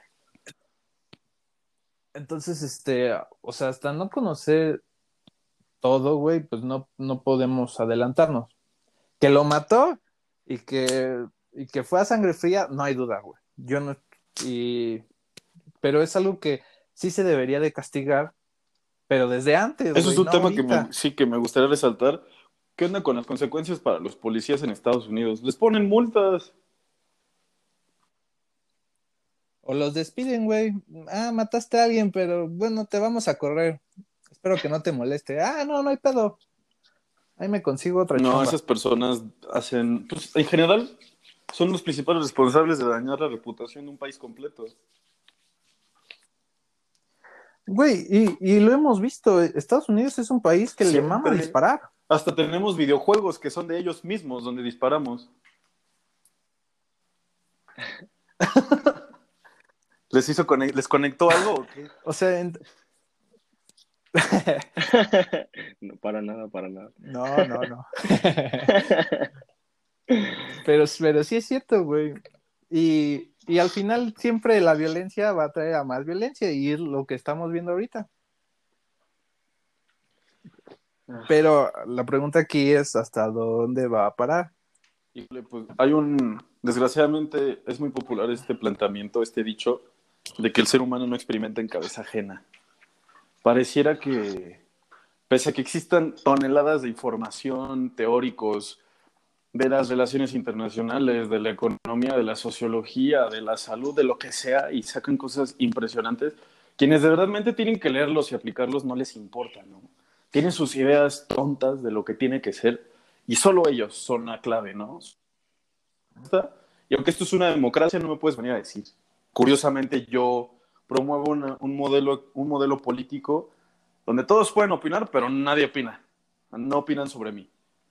Entonces, o sea, hasta no conocer todo, güey, pues no podemos adelantarnos. Que lo mató y que fue a sangre fría, no hay duda, güey. Yo no, y, pero es algo que sí se debería de castigar, pero desde antes, Eso es güey, un no tema ahorita. que me gustaría resaltar. ¿Qué onda con las consecuencias para los policías en Estados Unidos? Les ponen multas. O los despiden, güey. Ah, mataste a alguien, pero bueno, te vamos a correr. Espero que no te moleste. Ah, no, no hay pedo. Ahí me consigo otra No, chamba. esas personas hacen, pues en general, son los principales responsables de dañar la reputación de un país completo. Güey, y lo hemos visto. Estados Unidos es un país que le mama Siempre. disparar. Hasta tenemos videojuegos que son de ellos mismos donde disparamos. ¿Les conectó algo o qué? O sea, No, para nada, para nada. no, no, no. Pero sí es cierto, güey. Y al final siempre la violencia va a traer a más violencia y es lo que estamos viendo ahorita. Pero la pregunta aquí es ¿hasta dónde va a parar? Híjole, pues desgraciadamente es muy popular este planteamiento, este dicho, de que el ser humano no experimenta en cabeza ajena. Pareciera que, pese a que existan toneladas de información, teóricos, de las relaciones internacionales, de la economía, de la sociología, de la salud, de lo que sea, y sacan cosas impresionantes, quienes de verdad tienen que leerlos y aplicarlos no les importa, ¿no? Tienen sus ideas tontas de lo que tiene que ser, y solo ellos son la clave, ¿no? Y aunque esto es una democracia, no me puedes venir a decir. Curiosamente, yo promuevo un modelo político donde todos pueden opinar, pero nadie opina. No opinan sobre mí.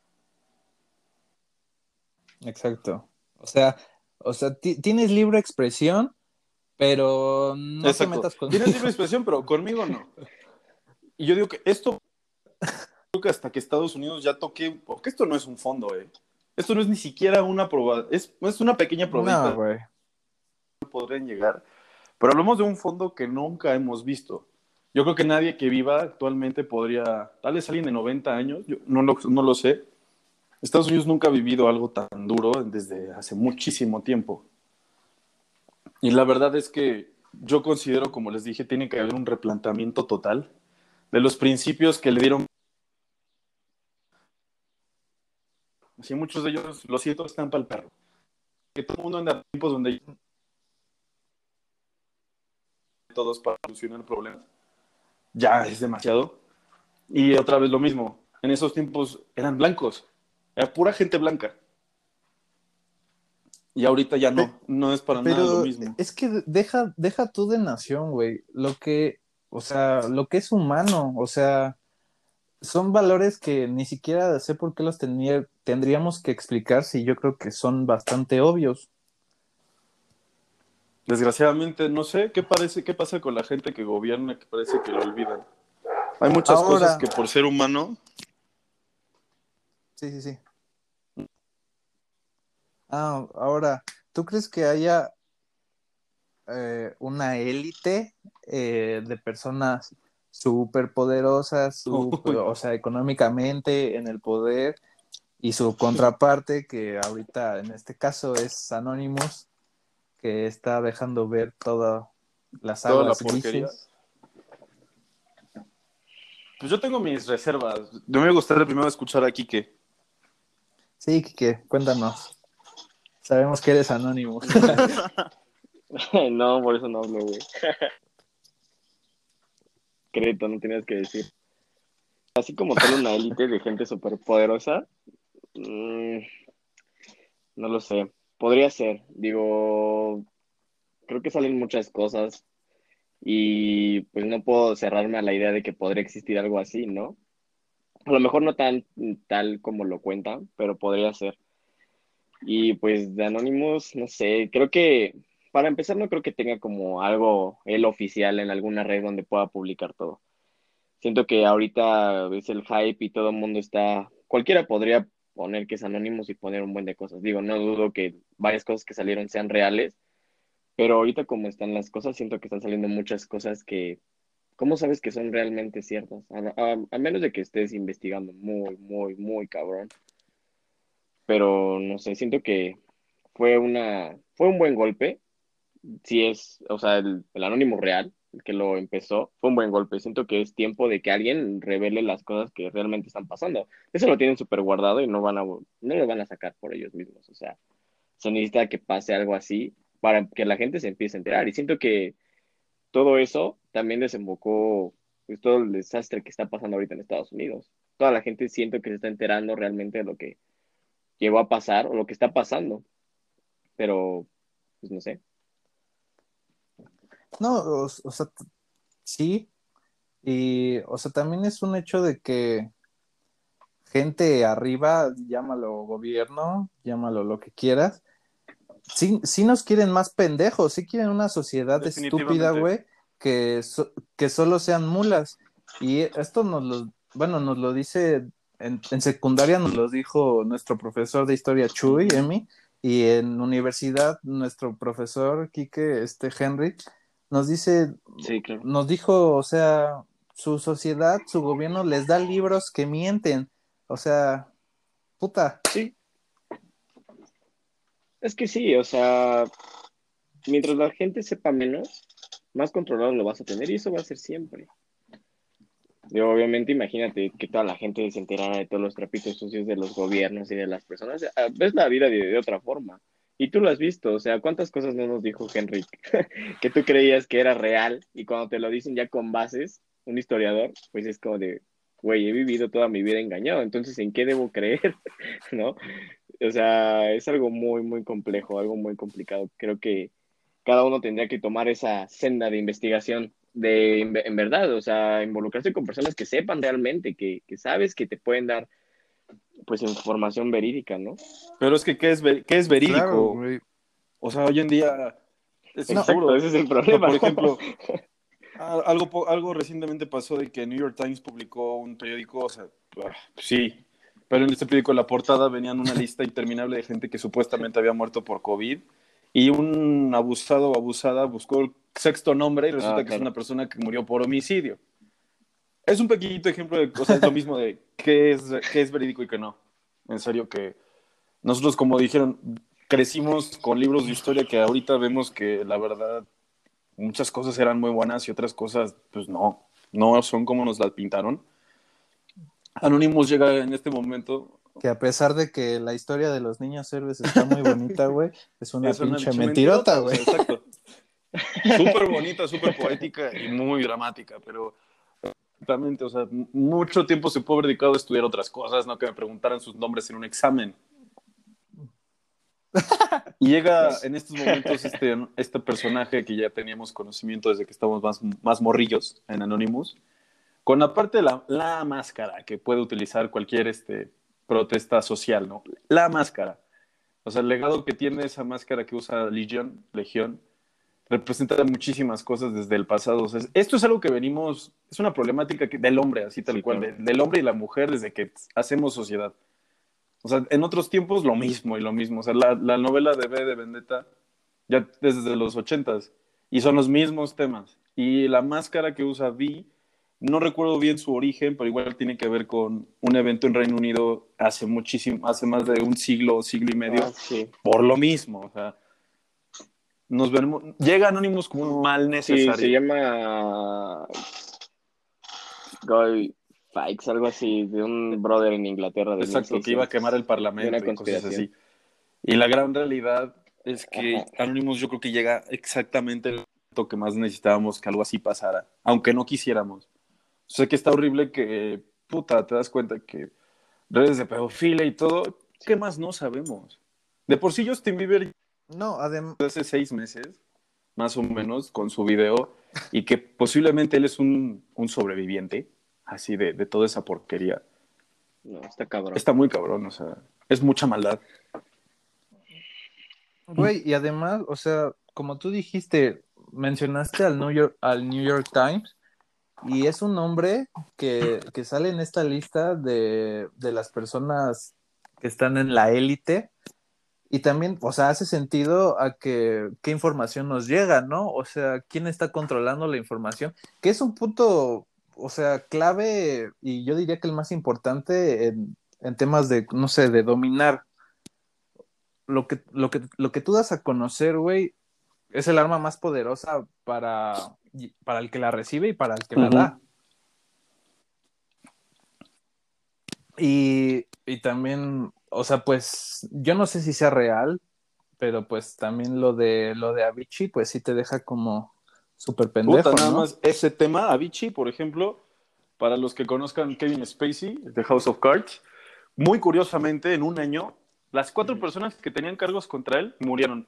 Exacto. O sea, tienes libre expresión, pero no te Exacto. metas conmigo. Tienes libre expresión, pero conmigo no. Y yo digo que esto, creo que hasta que Estados Unidos ya toque, porque esto no es un fondo, esto no es ni siquiera una probada, es una pequeña No, probadita güey. que podrían llegar, pero hablamos de un fondo que nunca hemos visto. Yo creo que nadie que viva actualmente podría, tal vez alguien de 90 años, yo no lo sé. Estados Unidos nunca ha vivido algo tan duro desde hace muchísimo tiempo. Y la verdad es que yo considero, como les dije, tiene que haber un replanteamiento total de los principios que le dieron. Así muchos de ellos, lo siento, están para el perro. Que todo el mundo anda en tiempos donde hay todos para solucionar el problema. Ya es demasiado. Y otra vez lo mismo. En esos tiempos eran blancos. Era pura gente blanca. Y ahorita ya Pe- no es para nada lo Pero mismo. es que deja tú de nación, güey. O sea, lo que es humano, o sea, son valores que ni siquiera sé por qué tendríamos que explicar si yo creo que son bastante obvios. Desgraciadamente, no sé qué pasa con la gente que gobierna, que parece que lo olvidan. Hay muchas cosas Ahora, que por ser humano. sí, sí, sí. Ahora, ¿tú crees que haya una élite de personas súper poderosas, o sea, económicamente en el poder, y su contraparte, que ahorita en este caso es Anonymous, que está dejando ver todas las Toda la aguas porquería. grises? Pues yo tengo mis reservas. Yo me gustaría primero escuchar a Quique. Sí, Kike, cuéntanos. Sabemos que eres Anonymous. No, por eso no hablo, güey. Crédito, no tenías que decir. Así como tal una élite de gente súper poderosa, no lo sé. Podría ser. Digo, creo que salen muchas cosas y pues no puedo cerrarme a la idea de que podría existir algo así, ¿no? A lo mejor no tan tal como lo cuentan, pero podría ser. Y pues de Anonymous, no sé, creo que para empezar no creo que tenga como algo el oficial en alguna red donde pueda publicar todo. Siento que ahorita es el hype y todo el mundo está, cualquiera podría poner que es Anonymous y poner un buen de cosas. Digo, no dudo que varias cosas que salieron sean reales, pero ahorita como están las cosas, siento que están saliendo muchas cosas que, ¿cómo sabes que son realmente ciertas? A menos de que estés investigando muy, muy, muy cabrón. Pero no sé, siento que fue un buen golpe. Si es, o sea, el anónimo real, el que lo empezó, fue un buen golpe. Siento que es tiempo de que alguien revele las cosas que realmente están pasando. Eso lo tienen súper guardado y no lo van a sacar por ellos mismos. O sea, se necesita que pase algo así para que la gente se empiece a enterar. Y siento que todo eso también desembocó, pues, todo el desastre que está pasando ahorita en Estados Unidos. Toda la gente siento que se está enterando realmente de lo que llegó a pasar o lo que está pasando, pero pues no sé. No, o sea, sí, y o sea, también es un hecho de que gente arriba, llámalo gobierno, llámalo lo que quieras, sí, sí nos quieren más pendejos, sí quieren una sociedad estúpida, Definitivamente. güey, que solo sean mulas. Y esto bueno, nos lo dice en secundaria, nos lo dijo nuestro profesor de historia Chuy, Emi, y en universidad nuestro profesor Quique, Henry, nos dice, Sí, claro. nos dijo, o sea, su sociedad, su gobierno les da libros que mienten, o sea, puta. Sí, es que sí, o sea, mientras la gente sepa menos, más controlado lo vas a tener y eso va a ser siempre. Y obviamente imagínate que toda la gente se enterara de todos los trapitos sucios de los gobiernos y de las personas. Ves la vida de otra forma. Y tú lo has visto, o sea, ¿cuántas cosas no nos dijo Henry que tú creías que era real y cuando te lo dicen ya con bases, un historiador, pues es como de, güey, he vivido toda mi vida engañado, entonces ¿en qué debo creer? ¿No? O sea, es algo muy, muy complejo, algo muy complicado. Creo que cada uno tendría que tomar esa senda de investigación en verdad, o sea, involucrarse con personas que sepan realmente, que sabes que te pueden dar, pues, información verídica, ¿no? Pero es que, ¿qué es Claro, verídico? güey. O sea, hoy en día es No, Exacto, inseguro. ese es el O sea, problema. por ejemplo, Algo recientemente pasó de que New York Times publicó un periódico, o sea, sí, pero en este periódico en la portada venían una lista interminable de gente que supuestamente había muerto por COVID y un abusado o abusada buscó el sexto nombre y resulta que es Claro. una persona que murió por homicidio. Es un pequeñito ejemplo de, o sea, es lo mismo de qué es verídico y qué no. En serio que nosotros, como dijeron, crecimos con libros de historia que ahorita vemos que la verdad muchas cosas eran muy buenas y otras cosas, pues no son como nos las pintaron. Anonymous llega en este momento, Que a pesar de que la historia de los niños héroes está muy bonita, güey, es una es una pinche pinche mentirota, mentirota, o güey. sea, exacto. Súper bonita, súper poética y muy dramática, pero exactamente, o sea, mucho tiempo se puede haber dedicado a estudiar otras cosas, no que me preguntaran sus nombres en un examen. Y llega en estos momentos este personaje que ya teníamos conocimiento desde que estábamos más morrillos en Anonymous, con aparte la máscara que puede utilizar cualquier protesta social, ¿no? La máscara. O sea, el legado que tiene esa máscara que usa Legión, representa muchísimas cosas desde el pasado. O sea, esto es algo que venimos, es una problemática del hombre, así tal Sí, cual, claro. del hombre y la mujer desde que hacemos sociedad. O sea, en otros tiempos lo mismo y lo mismo. O sea, la novela de V de Vendetta ya desde los 80s y son los mismos temas. Y la máscara que usa V, no recuerdo bien su origen, pero igual tiene que ver con un evento en Reino Unido hace muchísimo, hace más de un siglo, siglo y medio, Sí. por lo mismo. O sea, llega Anonymous como un mal Sí, se necesario. llama Guy Fawkes, algo así, de un brother en Inglaterra de Exacto, que iba a quemar el 1600, de una Parlamento y cosas conspiración. así. Y la gran realidad es que Ajá. Anonymous yo creo que llega exactamente el momento que más necesitábamos que algo así pasara, aunque no quisiéramos. Sé que está horrible que, puta, te das cuenta que redes de pedofilia y todo, ¿qué más no sabemos? De por sí Justin Bieber No, hace 6 meses, más o menos, con su video, y que posiblemente él es un sobreviviente, así de toda esa porquería. No, está cabrón. Está muy cabrón, o sea, es mucha maldad. güey, y además, o sea, como tú dijiste, mencionaste al New York Times, y es un hombre que sale en esta lista de las personas que están en la élite. Y también, o sea, hace sentido a que qué información nos llega, ¿no? O sea, quién está controlando la información, que es un punto, o sea, clave y yo diría que el más importante en temas de, no sé, de dominar. Lo que tú das a conocer, güey, es el arma más poderosa para el que la recibe y para el que la Uh-huh. da. Y también, o sea, pues yo no sé si sea real, pero pues también lo de Avicii, pues sí te deja como súper Puta, pendejo, nada ¿no? más ese tema, Avicii, por ejemplo, para los que conozcan Kevin Spacey, de House of Cards, muy curiosamente, en un año, las 4 personas que tenían cargos contra él murieron.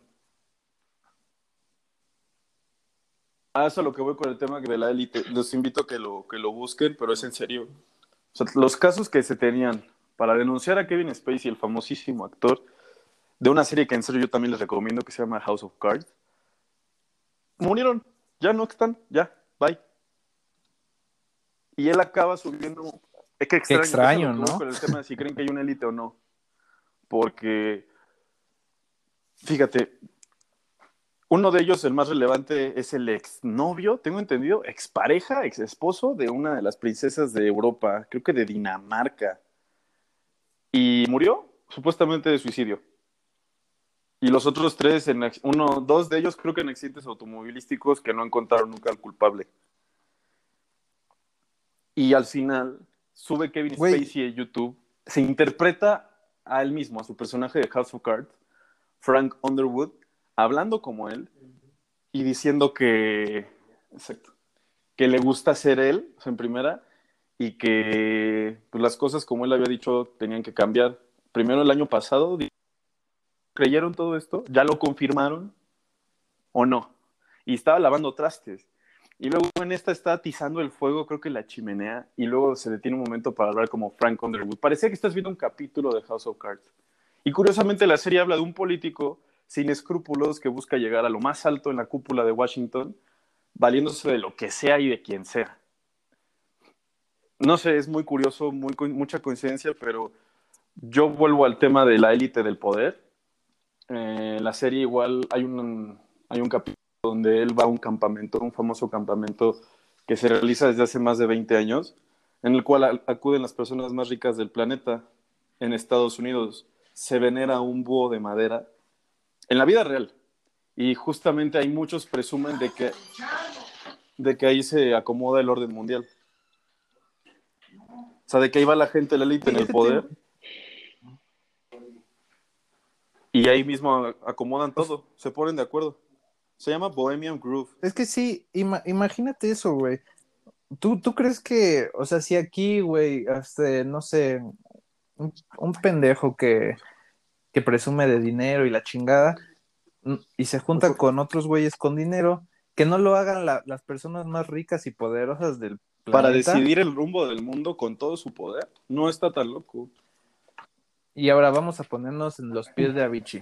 A eso a lo que voy con el tema de la élite. Los invito a que lo busquen, pero es en serio. O sea, los casos que se tenían para denunciar a Kevin Spacey, el famosísimo actor, de una serie que en serio yo también les recomiendo, que se llama House of Cards, murieron. Ya no están, ya, bye. Y él acaba subiendo. Es que Qué extraño, que es a lo extraño, que voy ¿no? con el tema de si creen que hay una élite o no. Porque, fíjate, uno de ellos, el más relevante, es el exnovio, tengo entendido, expareja, exesposo de una de las princesas de Europa, creo que de Dinamarca. Y murió, supuestamente de suicidio. Y los otros 3, dos de ellos creo que en accidentes automovilísticos que no encontraron nunca al culpable. Y al final sube Kevin Güey, Spacey en YouTube, se interpreta a él mismo, a su personaje de House of Cards, Frank Underwood, hablando como él y diciendo exacto, que le gusta ser él, o sea, en primera, y que pues, las cosas como él había dicho tenían que cambiar. Primero el año pasado, ¿creyeron todo esto? ¿Ya lo confirmaron o no? Y estaba lavando trastes. Y luego en esta está atizando el fuego, creo que la chimenea, y luego se detiene un momento para hablar como Frank Underwood. Parecía que estás viendo un capítulo de House of Cards. Y curiosamente la serie habla de un político sin escrúpulos que busca llegar a lo más alto en la cúpula de Washington, valiéndose de lo que sea y de quien sea. No sé, es muy curioso, mucha coincidencia, pero yo vuelvo al tema de la élite del poder. La serie igual hay un capítulo donde él va a un campamento, un famoso campamento que se realiza desde hace más de 20 años, en el cual acuden las personas más ricas del planeta en Estados Unidos. Se venera un búho de madera en la vida real. Y justamente hay muchos presumen de que ahí se acomoda el orden mundial. O sea, de que ahí va la gente, la élite en Sí, el ese tema. poder, y ahí mismo acomodan O todo, se ponen de acuerdo. Se llama Bohemian Groove. Es que sí, imagínate eso, güey. ¿Tú crees que, o sea, si aquí, güey, no sé, un pendejo que presume de dinero y la chingada, y se junta con otros güeyes con dinero, que no lo hagan las personas más ricas y poderosas del Para planeta? decidir el rumbo del mundo con todo su poder, no está tan loco. Y ahora vamos a ponernos en los pies de Avicii.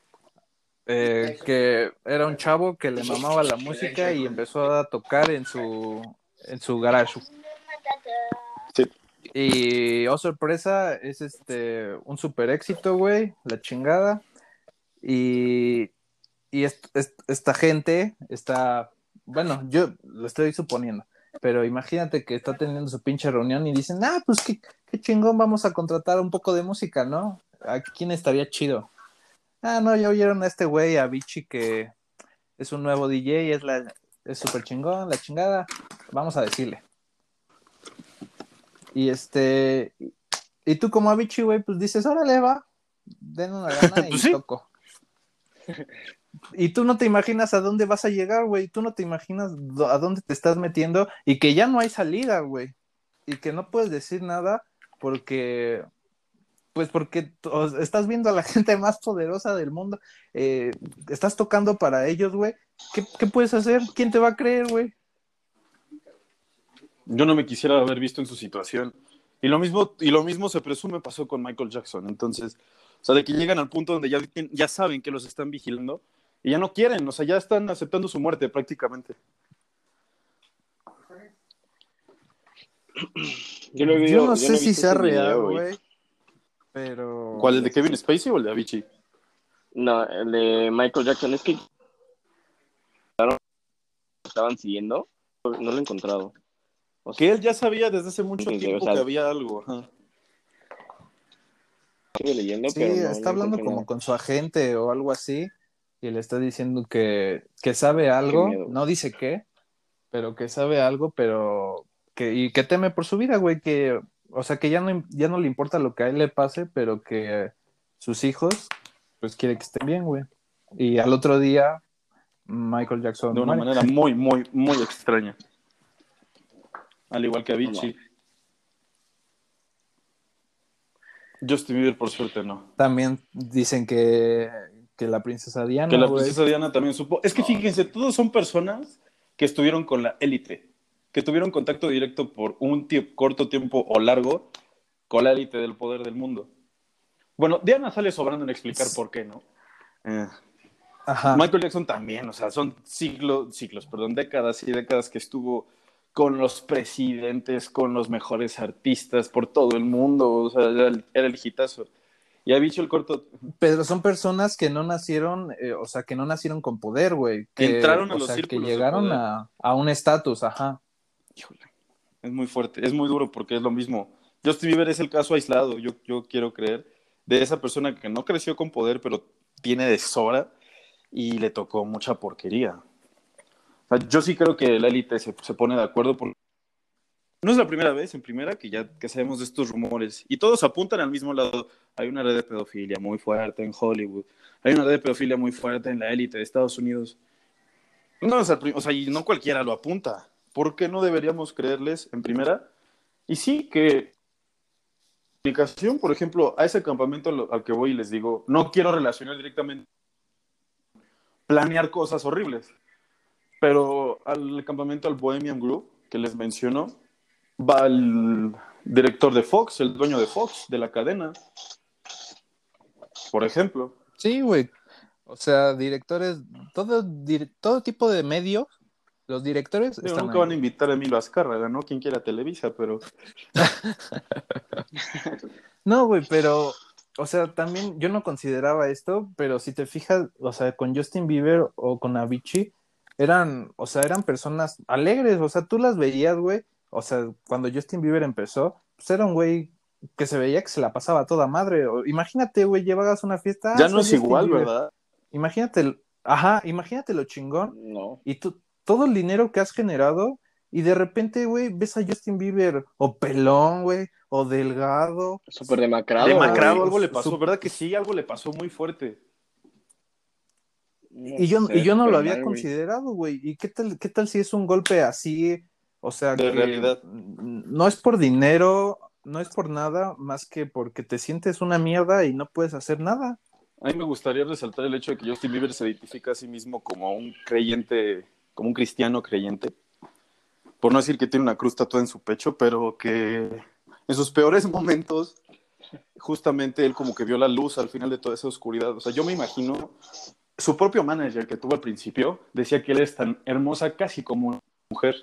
Que era un chavo que le mamaba la música y empezó a tocar en su garage. Sí. Y oh sorpresa, es un super éxito, güey, la chingada. Y, esta gente está, bueno, yo lo estoy suponiendo, pero imagínate que está teniendo su pinche reunión y dicen, pues qué chingón, vamos a contratar un poco de música, ¿no? ¿A quién estaría chido? No, ya oyeron a este güey, a Vichy, que es un nuevo DJ, es súper chingón, la chingada, vamos a decirle. Y y tú como Avicii, güey, pues dices, órale, va, den una gana Pues y sí. toco. Y tú no te imaginas a dónde vas a llegar, güey, tú no te imaginas a dónde te estás metiendo y que ya no hay salida, güey. Y que no puedes decir nada porque, pues porque estás viendo a la gente más poderosa del mundo, estás tocando para ellos, güey. ¿Qué puedes hacer? ¿Quién te va a creer, güey? Yo no me quisiera haber visto en su situación. Y lo mismo se presume pasó con Michael Jackson. Entonces, o sea, de que llegan al punto donde ya saben que los están vigilando y ya no quieren, o sea, ya están aceptando su muerte prácticamente. Yo no Yo no sé he si visto sea ese real, video, güey. güey, pero ¿Cuál, el de Kevin Spacey o el de Avicii? No, el de Michael Jackson, es que estaban siguiendo, no lo he encontrado. O sea, Que él ya sabía desde hace mucho o tiempo sea, que había algo. Ajá. estuve leyendo, pero sí, no está hablando encontré como nada. con su agente o algo así y le está diciendo que sabe Qué algo, miedo, güey. no dice qué, pero que sabe algo, pero y que teme por su vida, güey, o sea, que ya no le importa lo que a él le pase, pero que sus hijos, pues quiere que estén bien, güey. Y al otro día, Michael De Jackson una muere. manera muy, muy, muy extraña. Al igual que No, Avicii. Justin Bieber, por suerte, no. También dicen que la princesa Que Diana, la güey. princesa Diana también supo. Es que fíjense, todos son personas que estuvieron con la élite, que tuvieron contacto directo por un corto tiempo o largo con la élite del poder del mundo. Bueno, Diana sale sobrando en explicar por qué, ¿no? Eh, Ajá. Michael Jackson también, o sea, son perdón, décadas y décadas que estuvo con los presidentes, con los mejores artistas por todo el mundo, o sea, era el hitazo. Y ha dicho el corto, Pero son personas que no nacieron, o sea, que no nacieron con poder, güey, entraron a o los sea, que círculos de llegaron poder. a un estatus, ajá. Híjole, es muy fuerte, es muy duro porque es lo mismo. Justin Bieber es el caso aislado, yo quiero creer, de esa persona que no creció con poder, pero tiene de sobra y le tocó mucha porquería. O sea, yo sí creo que la élite se pone de acuerdo porque no es la primera vez, en primera, que ya que sabemos de estos rumores. Y todos apuntan al mismo lado. Hay una red de pedofilia muy fuerte en Hollywood. Hay una red de pedofilia muy fuerte en la élite de Estados Unidos. No es o sea, y no cualquiera lo apunta. ¿Por qué no deberíamos creerles en primera? Y sí que comunicación, por ejemplo, a ese campamento al que voy y les digo, no quiero relacionar directamente, planear cosas horribles. Pero al campamento, al Bohemian Group, que les menciono, va el director de Fox, el dueño de Fox, de la cadena, por ejemplo. Sí, güey. O sea, directores, todo tipo de medios, Los directores Digo, están nunca ahí, van a güey. invitar a Emilio Azcárraga, ¿no? Quien quiera Televisa, pero No, güey, pero, o sea, también yo no consideraba esto, pero si te fijas, o sea, con Justin Bieber o con Avicii, o sea, eran personas alegres, o sea, tú las veías, güey, o sea, cuando Justin Bieber empezó, pues era un güey que se veía que se la pasaba a toda madre. Imagínate, güey, llevabas una fiesta, ya no soy es Justin igual, Bieber. ¿verdad? Imagínate, ajá, imagínate lo chingón No, y tú, todo el dinero que has generado y de repente, güey, ves a Justin Bieber o pelón, güey, o delgado, súper demacrado, ¿sabes? Demacrado, güey. algo le pasó, ¿verdad que sí? Algo le pasó muy fuerte. No y yo sé, no lo súper había mal, güey. considerado, güey. ¿Y qué tal si es un golpe así? O sea, De que realidad. no es por dinero, no es por nada, más que porque te sientes una mierda y no puedes hacer nada. A mí me gustaría resaltar el hecho de que Justin Bieber se identifica a sí mismo como un creyente, como un cristiano creyente. Por no decir que tiene una cruz tatuada en su pecho, pero que en sus peores momentos, justamente él como que vio la luz al final de toda esa oscuridad. O sea, yo me imagino, su propio manager que tuvo al principio decía que él es tan hermosa casi como una mujer.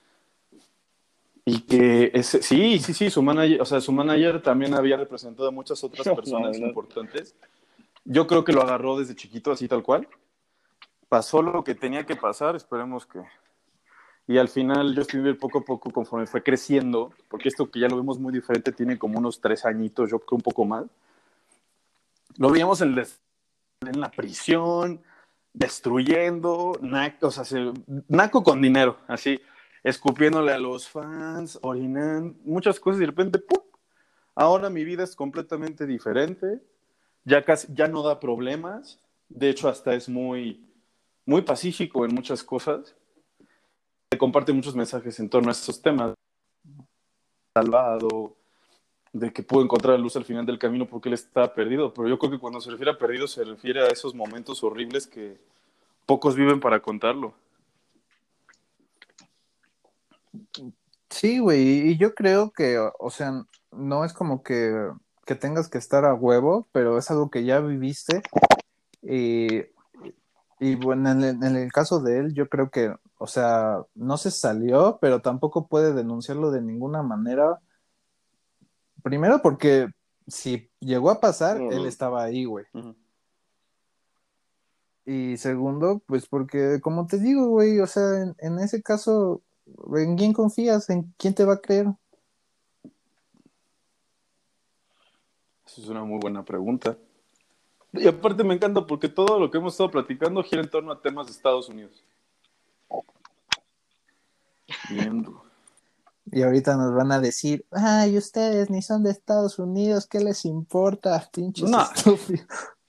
Y que sí, su manager, o sea, su manager también había representado a muchas otras No, personas no. importantes. Yo creo que lo agarró desde chiquito, así tal cual. Pasó lo que tenía que pasar, esperemos que. Y al final Justin Bieber poco a poco, conforme fue creciendo, porque esto que ya lo vemos muy diferente, tiene como unos 3 añitos, yo creo un poco más. Lo veíamos en la prisión, destruyendo, naco, o sea, naco con dinero, así, escupiéndole a los fans, orinando, muchas cosas, y de repente, ¡pum! Ahora mi vida es completamente diferente, ya no da problemas, de hecho hasta es muy pacífico en muchas cosas, se comparte muchos mensajes en torno a estos temas, salvado, de que pudo encontrar la luz al final del camino porque él estaba perdido, pero yo creo que cuando se refiere a perdido se refiere a esos momentos horribles que pocos viven para contarlo. Sí, güey, y yo creo que, o sea, no es como que tengas que estar a huevo, pero es algo que ya viviste. Y, y bueno, en el caso de él, yo creo que, o sea, no se salió, pero tampoco puede denunciarlo de ninguna manera. Primero porque si llegó a pasar, él Ujú. estaba ahí, güey. Uh-huh. Y segundo, pues porque, como te digo, güey, o sea, en ese caso, ¿en quién confías? ¿En quién te va a creer? Esa es una muy buena pregunta. Y aparte me encanta porque todo lo que hemos estado platicando gira en torno a temas de Estados Unidos. Viendo. Y ahorita nos van a decir, ay, ustedes ni son de Estados Unidos, ¿qué les importa? Pinches No, estúpidos.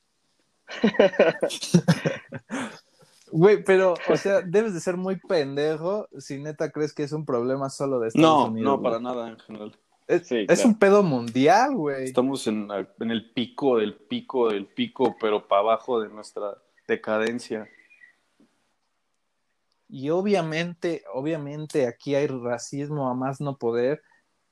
Güey, pero, o sea, debes de ser muy pendejo si neta crees que es un problema solo de Estados Unidos, no, güey. para nada en general. Es, Sí, es claro. un pedo mundial, güey. Estamos en el pico del pico del pico, pero para abajo de nuestra decadencia. Y obviamente aquí hay racismo a más no poder.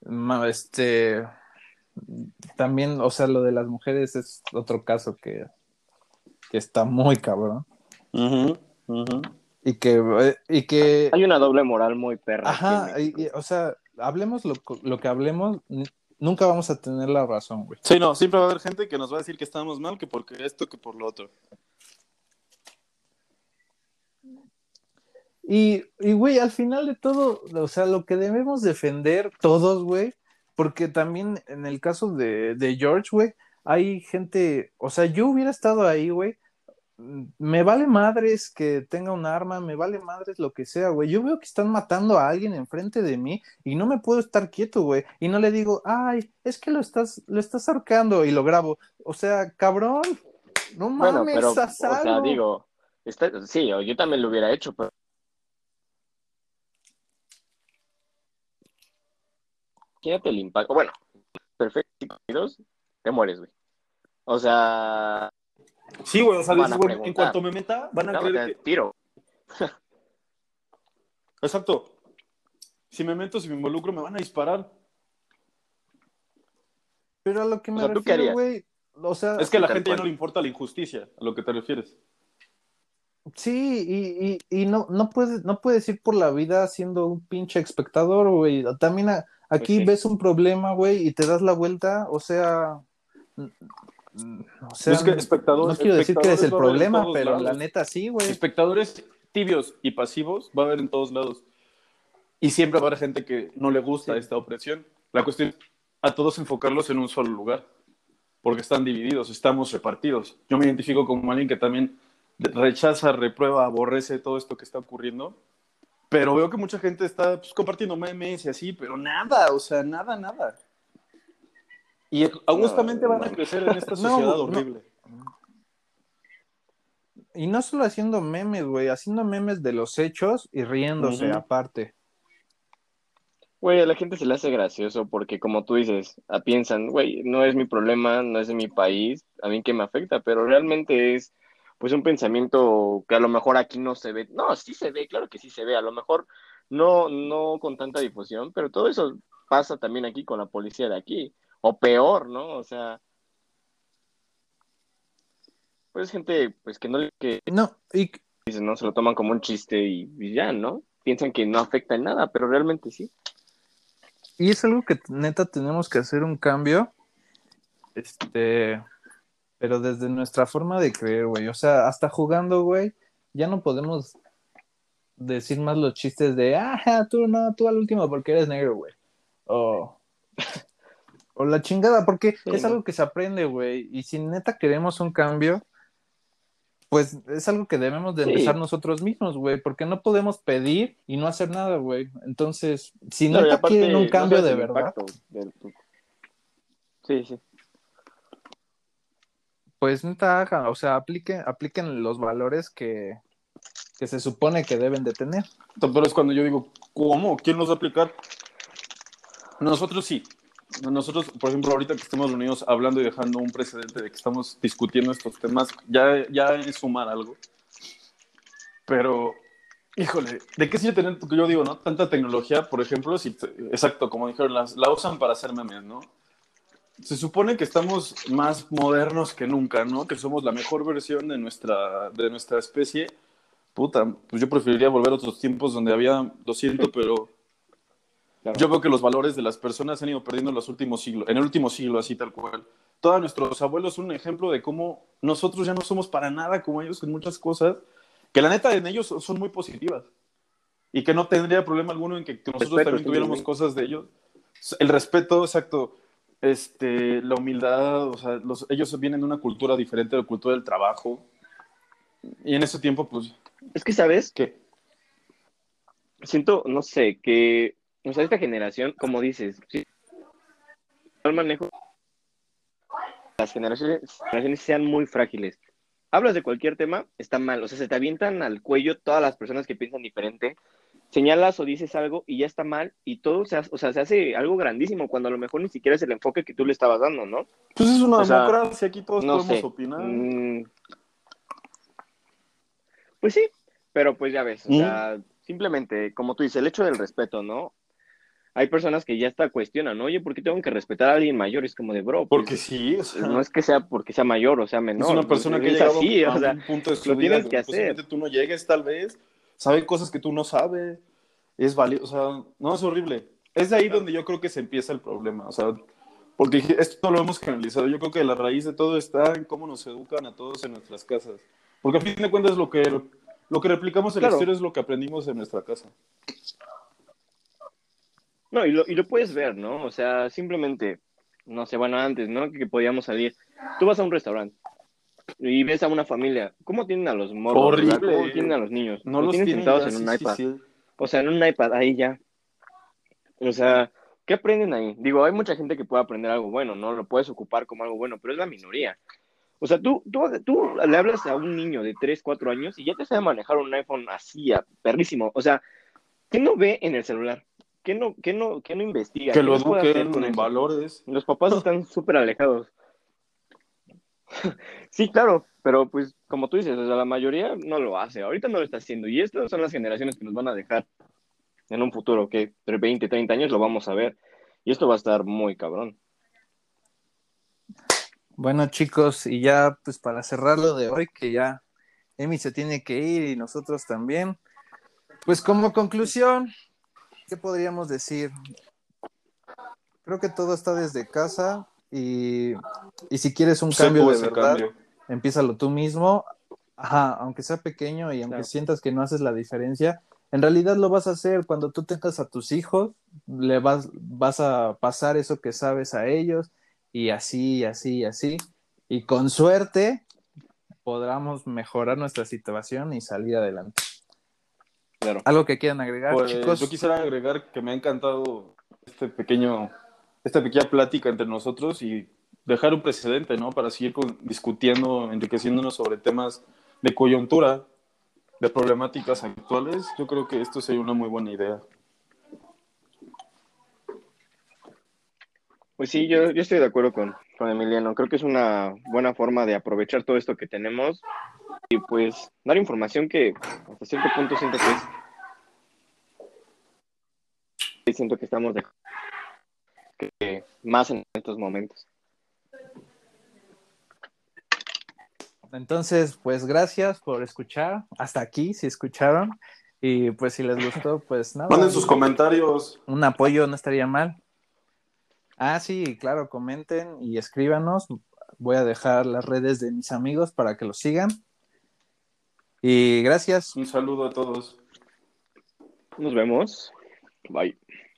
También, o sea, lo de las mujeres es otro caso que está muy cabrón. Uh-huh, uh-huh. Y que, Hay una doble moral muy perra aquí en ajá, México. o sea, hablemos lo que hablemos, nunca vamos a tener la razón, güey. Sí, no, siempre va a haber gente que nos va a decir que estamos mal, que porque esto, que por lo otro. Güey, al final de todo, o sea, lo que debemos defender todos, güey, porque también en el caso de George, güey, hay gente, o sea, yo hubiera estado ahí, güey, me vale madres que tenga un arma, me vale madres lo que sea, güey. Yo veo que están matando a alguien enfrente de mí y no me puedo estar quieto, güey. Y no le digo, ay, es que lo estás ahorcando y lo grabo. O sea, cabrón, no Bueno, mames, pero, haz o sea, algo. digo, sí, yo también lo hubiera hecho, pero imagínate el impacto. Bueno, perfecto, te mueres, güey. O sea, Sí, güey, o sea, van dices, a güey, en preguntar, cuanto me meta, van a no, creer te que. tiro. Exacto. Si me meto, si me involucro, me van a disparar. Pero a lo que O me sea, ¿tú qué refiero, harías? güey, o sea, Es que a Sí, la tal gente ya no cual. le importa la injusticia, a lo que te refieres. Sí, y no puedes ir por la vida siendo un pinche espectador, güey. También Pues aquí sí. ves un problema, güey, y te das la vuelta, o sea, n- o Pues sea, es que no quiero decir que eres espectadores el va a haber en problema, todos pero la lados. neta sí, güey. Espectadores tibios y pasivos va a haber en todos lados. Y siempre va a haber gente que no le gusta Sí. esta opresión. La cuestión es a todos enfocarlos en un solo lugar, porque están divididos, estamos repartidos. Yo me identifico como alguien que también rechaza, reprueba, aborrece todo esto que está ocurriendo, pero veo que mucha gente está pues, compartiendo memes y así, pero nada, o sea, nada, nada. Y No, justamente van a hermano. crecer en esta sociedad No, no, horrible. y no solo haciendo memes, güey, haciendo memes de los hechos y riéndose Ujú. aparte. Güey, a la gente se le hace gracioso porque, como tú dices, piensan, güey, no es mi problema, no es de mi país, a mí que me afecta, pero realmente es, pues, un pensamiento que a lo mejor aquí no se ve. No, sí se ve, claro que sí se ve, a lo mejor no con tanta difusión, pero todo eso pasa también aquí con la policía de aquí, o peor, ¿no? O sea, pues gente, pues, que no le que No, dicen, ¿no? Se lo toman como un chiste y ya, ¿no? Piensan que no afecta en nada, pero realmente sí. y es algo que neta tenemos que hacer un cambio, este, pero desde nuestra forma de creer, güey. O sea, hasta jugando, güey, ya no podemos decir más los chistes de, tú no, tú al último porque eres negro, güey. O, o la chingada, porque Sí, es ¿no? algo que se aprende, güey. Y si neta queremos un cambio, pues es algo que debemos de empezar Sí, nosotros mismos, güey, porque no podemos pedir y no hacer nada, güey. Entonces, si claro, y neta quieren un aparte, no cambio sabes de el verdad, impacto del... Sí, sí. pues neta hagan, o sea, apliquen los valores que se supone que deben de tener. Pero es cuando yo digo, ¿cómo? ¿Quién los va a aplicar? Nosotros sí. Nosotros, por ejemplo, ahorita que estamos reunidos hablando y dejando un precedente de que estamos discutiendo estos temas, ya es sumar algo. Pero, híjole, ¿de qué sirve tener, yo digo, ¿no? Tanta tecnología, por ejemplo, si, exacto, como dijeron, la usan para hacer memes, ¿no? Se supone que estamos más modernos que nunca, ¿no? Que somos la mejor versión de nuestra especie. Puta, pues yo preferiría volver a otros tiempos donde había 200, pero Claro. yo veo que los valores de las personas se han ido perdiendo en los últimos siglos, en el último siglo, así tal cual. Todos nuestros abuelos son un ejemplo de cómo nosotros ya no somos para nada como ellos en muchas cosas, que la neta en ellos son muy positivas y que no tendría problema alguno en que nosotros Respeto, también tuviéramos simplemente. cosas de ellos. El respeto, exacto, la humildad, o sea, ellos vienen de una cultura diferente, de la cultura del trabajo, y en ese tiempo, pues, Es que, ¿sabes? ¿qué? Siento, no sé, que, o sea, esta generación, como dices, sí, el manejo, las generaciones sean muy frágiles. Hablas de cualquier tema, está mal. O sea, se te avientan al cuello todas las personas que piensan diferente. Señalas o dices algo y ya está mal y todo o sea, se hace algo grandísimo cuando a lo mejor ni siquiera es el enfoque que tú le estabas dando, ¿no? Pues es una O sea, democracia, aquí todos no podemos sé. opinar. Pues sí, pero pues ya ves, o Mm. sea, simplemente, como tú dices, el hecho del respeto, ¿no? Hay personas que ya hasta cuestionan, ¿no? Oye, ¿por qué tengo que respetar a alguien mayor? Es como de, bro, Porque pues sí, o no sea, es que sea porque sea mayor o sea es menor, una persona que ha es llegado así, o a sea, un punto de su lo vida tienes que donde hacer. posiblemente tú no llegues, tal vez, sabe cosas que tú no sabes, es válido, o sea, no, es horrible. Es de ahí Claro. donde yo creo que se empieza el problema, o sea, porque esto no lo hemos generalizado, yo creo que la raíz de todo está en cómo nos educan a todos en nuestras casas, porque a fin de cuentas lo que replicamos en el Claro, exterior es lo que aprendimos en nuestra casa. no, y lo puedes ver, ¿no? O sea, simplemente, no sé, bueno, antes, ¿no? Que podíamos salir. Tú vas a un restaurante y ves a una familia, ¿cómo tienen a los morros? O sea, ¿cómo tienen Horrible, a los niños? no Los los tienen tienen sentados ya, en sí, un sí, iPad. sí. O sea, en un iPad, ahí ya. O sea, ¿qué aprenden ahí? Digo, hay mucha gente que puede aprender algo bueno, ¿no? Lo puedes ocupar como algo bueno, pero es la minoría. O sea, tú le hablas a un niño de 3 4 años y ya te sabe manejar un iPhone así, perrísimo. O sea, ¿qué no ve en el celular? ¿Qué no investiga? Que ¿Qué lo no puede hacer eduquen con en eso? valores. Los papás están súper alejados. Sí, claro, pero pues como tú dices, o sea, la mayoría no lo hace. Ahorita no lo está haciendo. Y estas son las generaciones que nos van a dejar en un futuro, que entre 20 30 años lo vamos a ver. Y esto va a estar muy cabrón. Bueno, chicos, y ya pues para cerrar lo de hoy, que ya Emi se tiene que ir y nosotros también. Pues como conclusión, ¿qué podríamos decir? Creo que todo está desde casa y si quieres un Sé cambio tú de ese verdad, cambio. empiézalo tú mismo. Ajá, aunque sea pequeño y aunque Claro. sientas que no haces la diferencia, en realidad lo vas a hacer cuando tú tengas a tus hijos, vas a pasar eso que sabes a ellos y así, y así, y así. Y con suerte podamos mejorar nuestra situación y salir adelante. Claro. ¿Algo que quieran agregar, Pues yo chicos? quisiera agregar que me ha encantado esta pequeña plática entre nosotros y dejar un precedente, ¿no? Para seguir discutiendo, enriqueciéndonos sobre temas de coyuntura, de problemáticas actuales. Yo creo que esto sería una muy buena idea. Pues sí, yo estoy de acuerdo con Emiliano. Creo que es una buena forma de aprovechar todo esto que tenemos y pues dar información que hasta cierto punto siento que estamos más en estos momentos. Entonces, pues gracias por escuchar. Hasta aquí, si escucharon. Y pues si les gustó, pues Manden nada, sus comentarios. un apoyo no estaría mal. Ah, sí, claro, comenten y escríbanos. Voy a dejar las redes de mis amigos para que los sigan. Y gracias. Un saludo a todos. Nos vemos. Bye.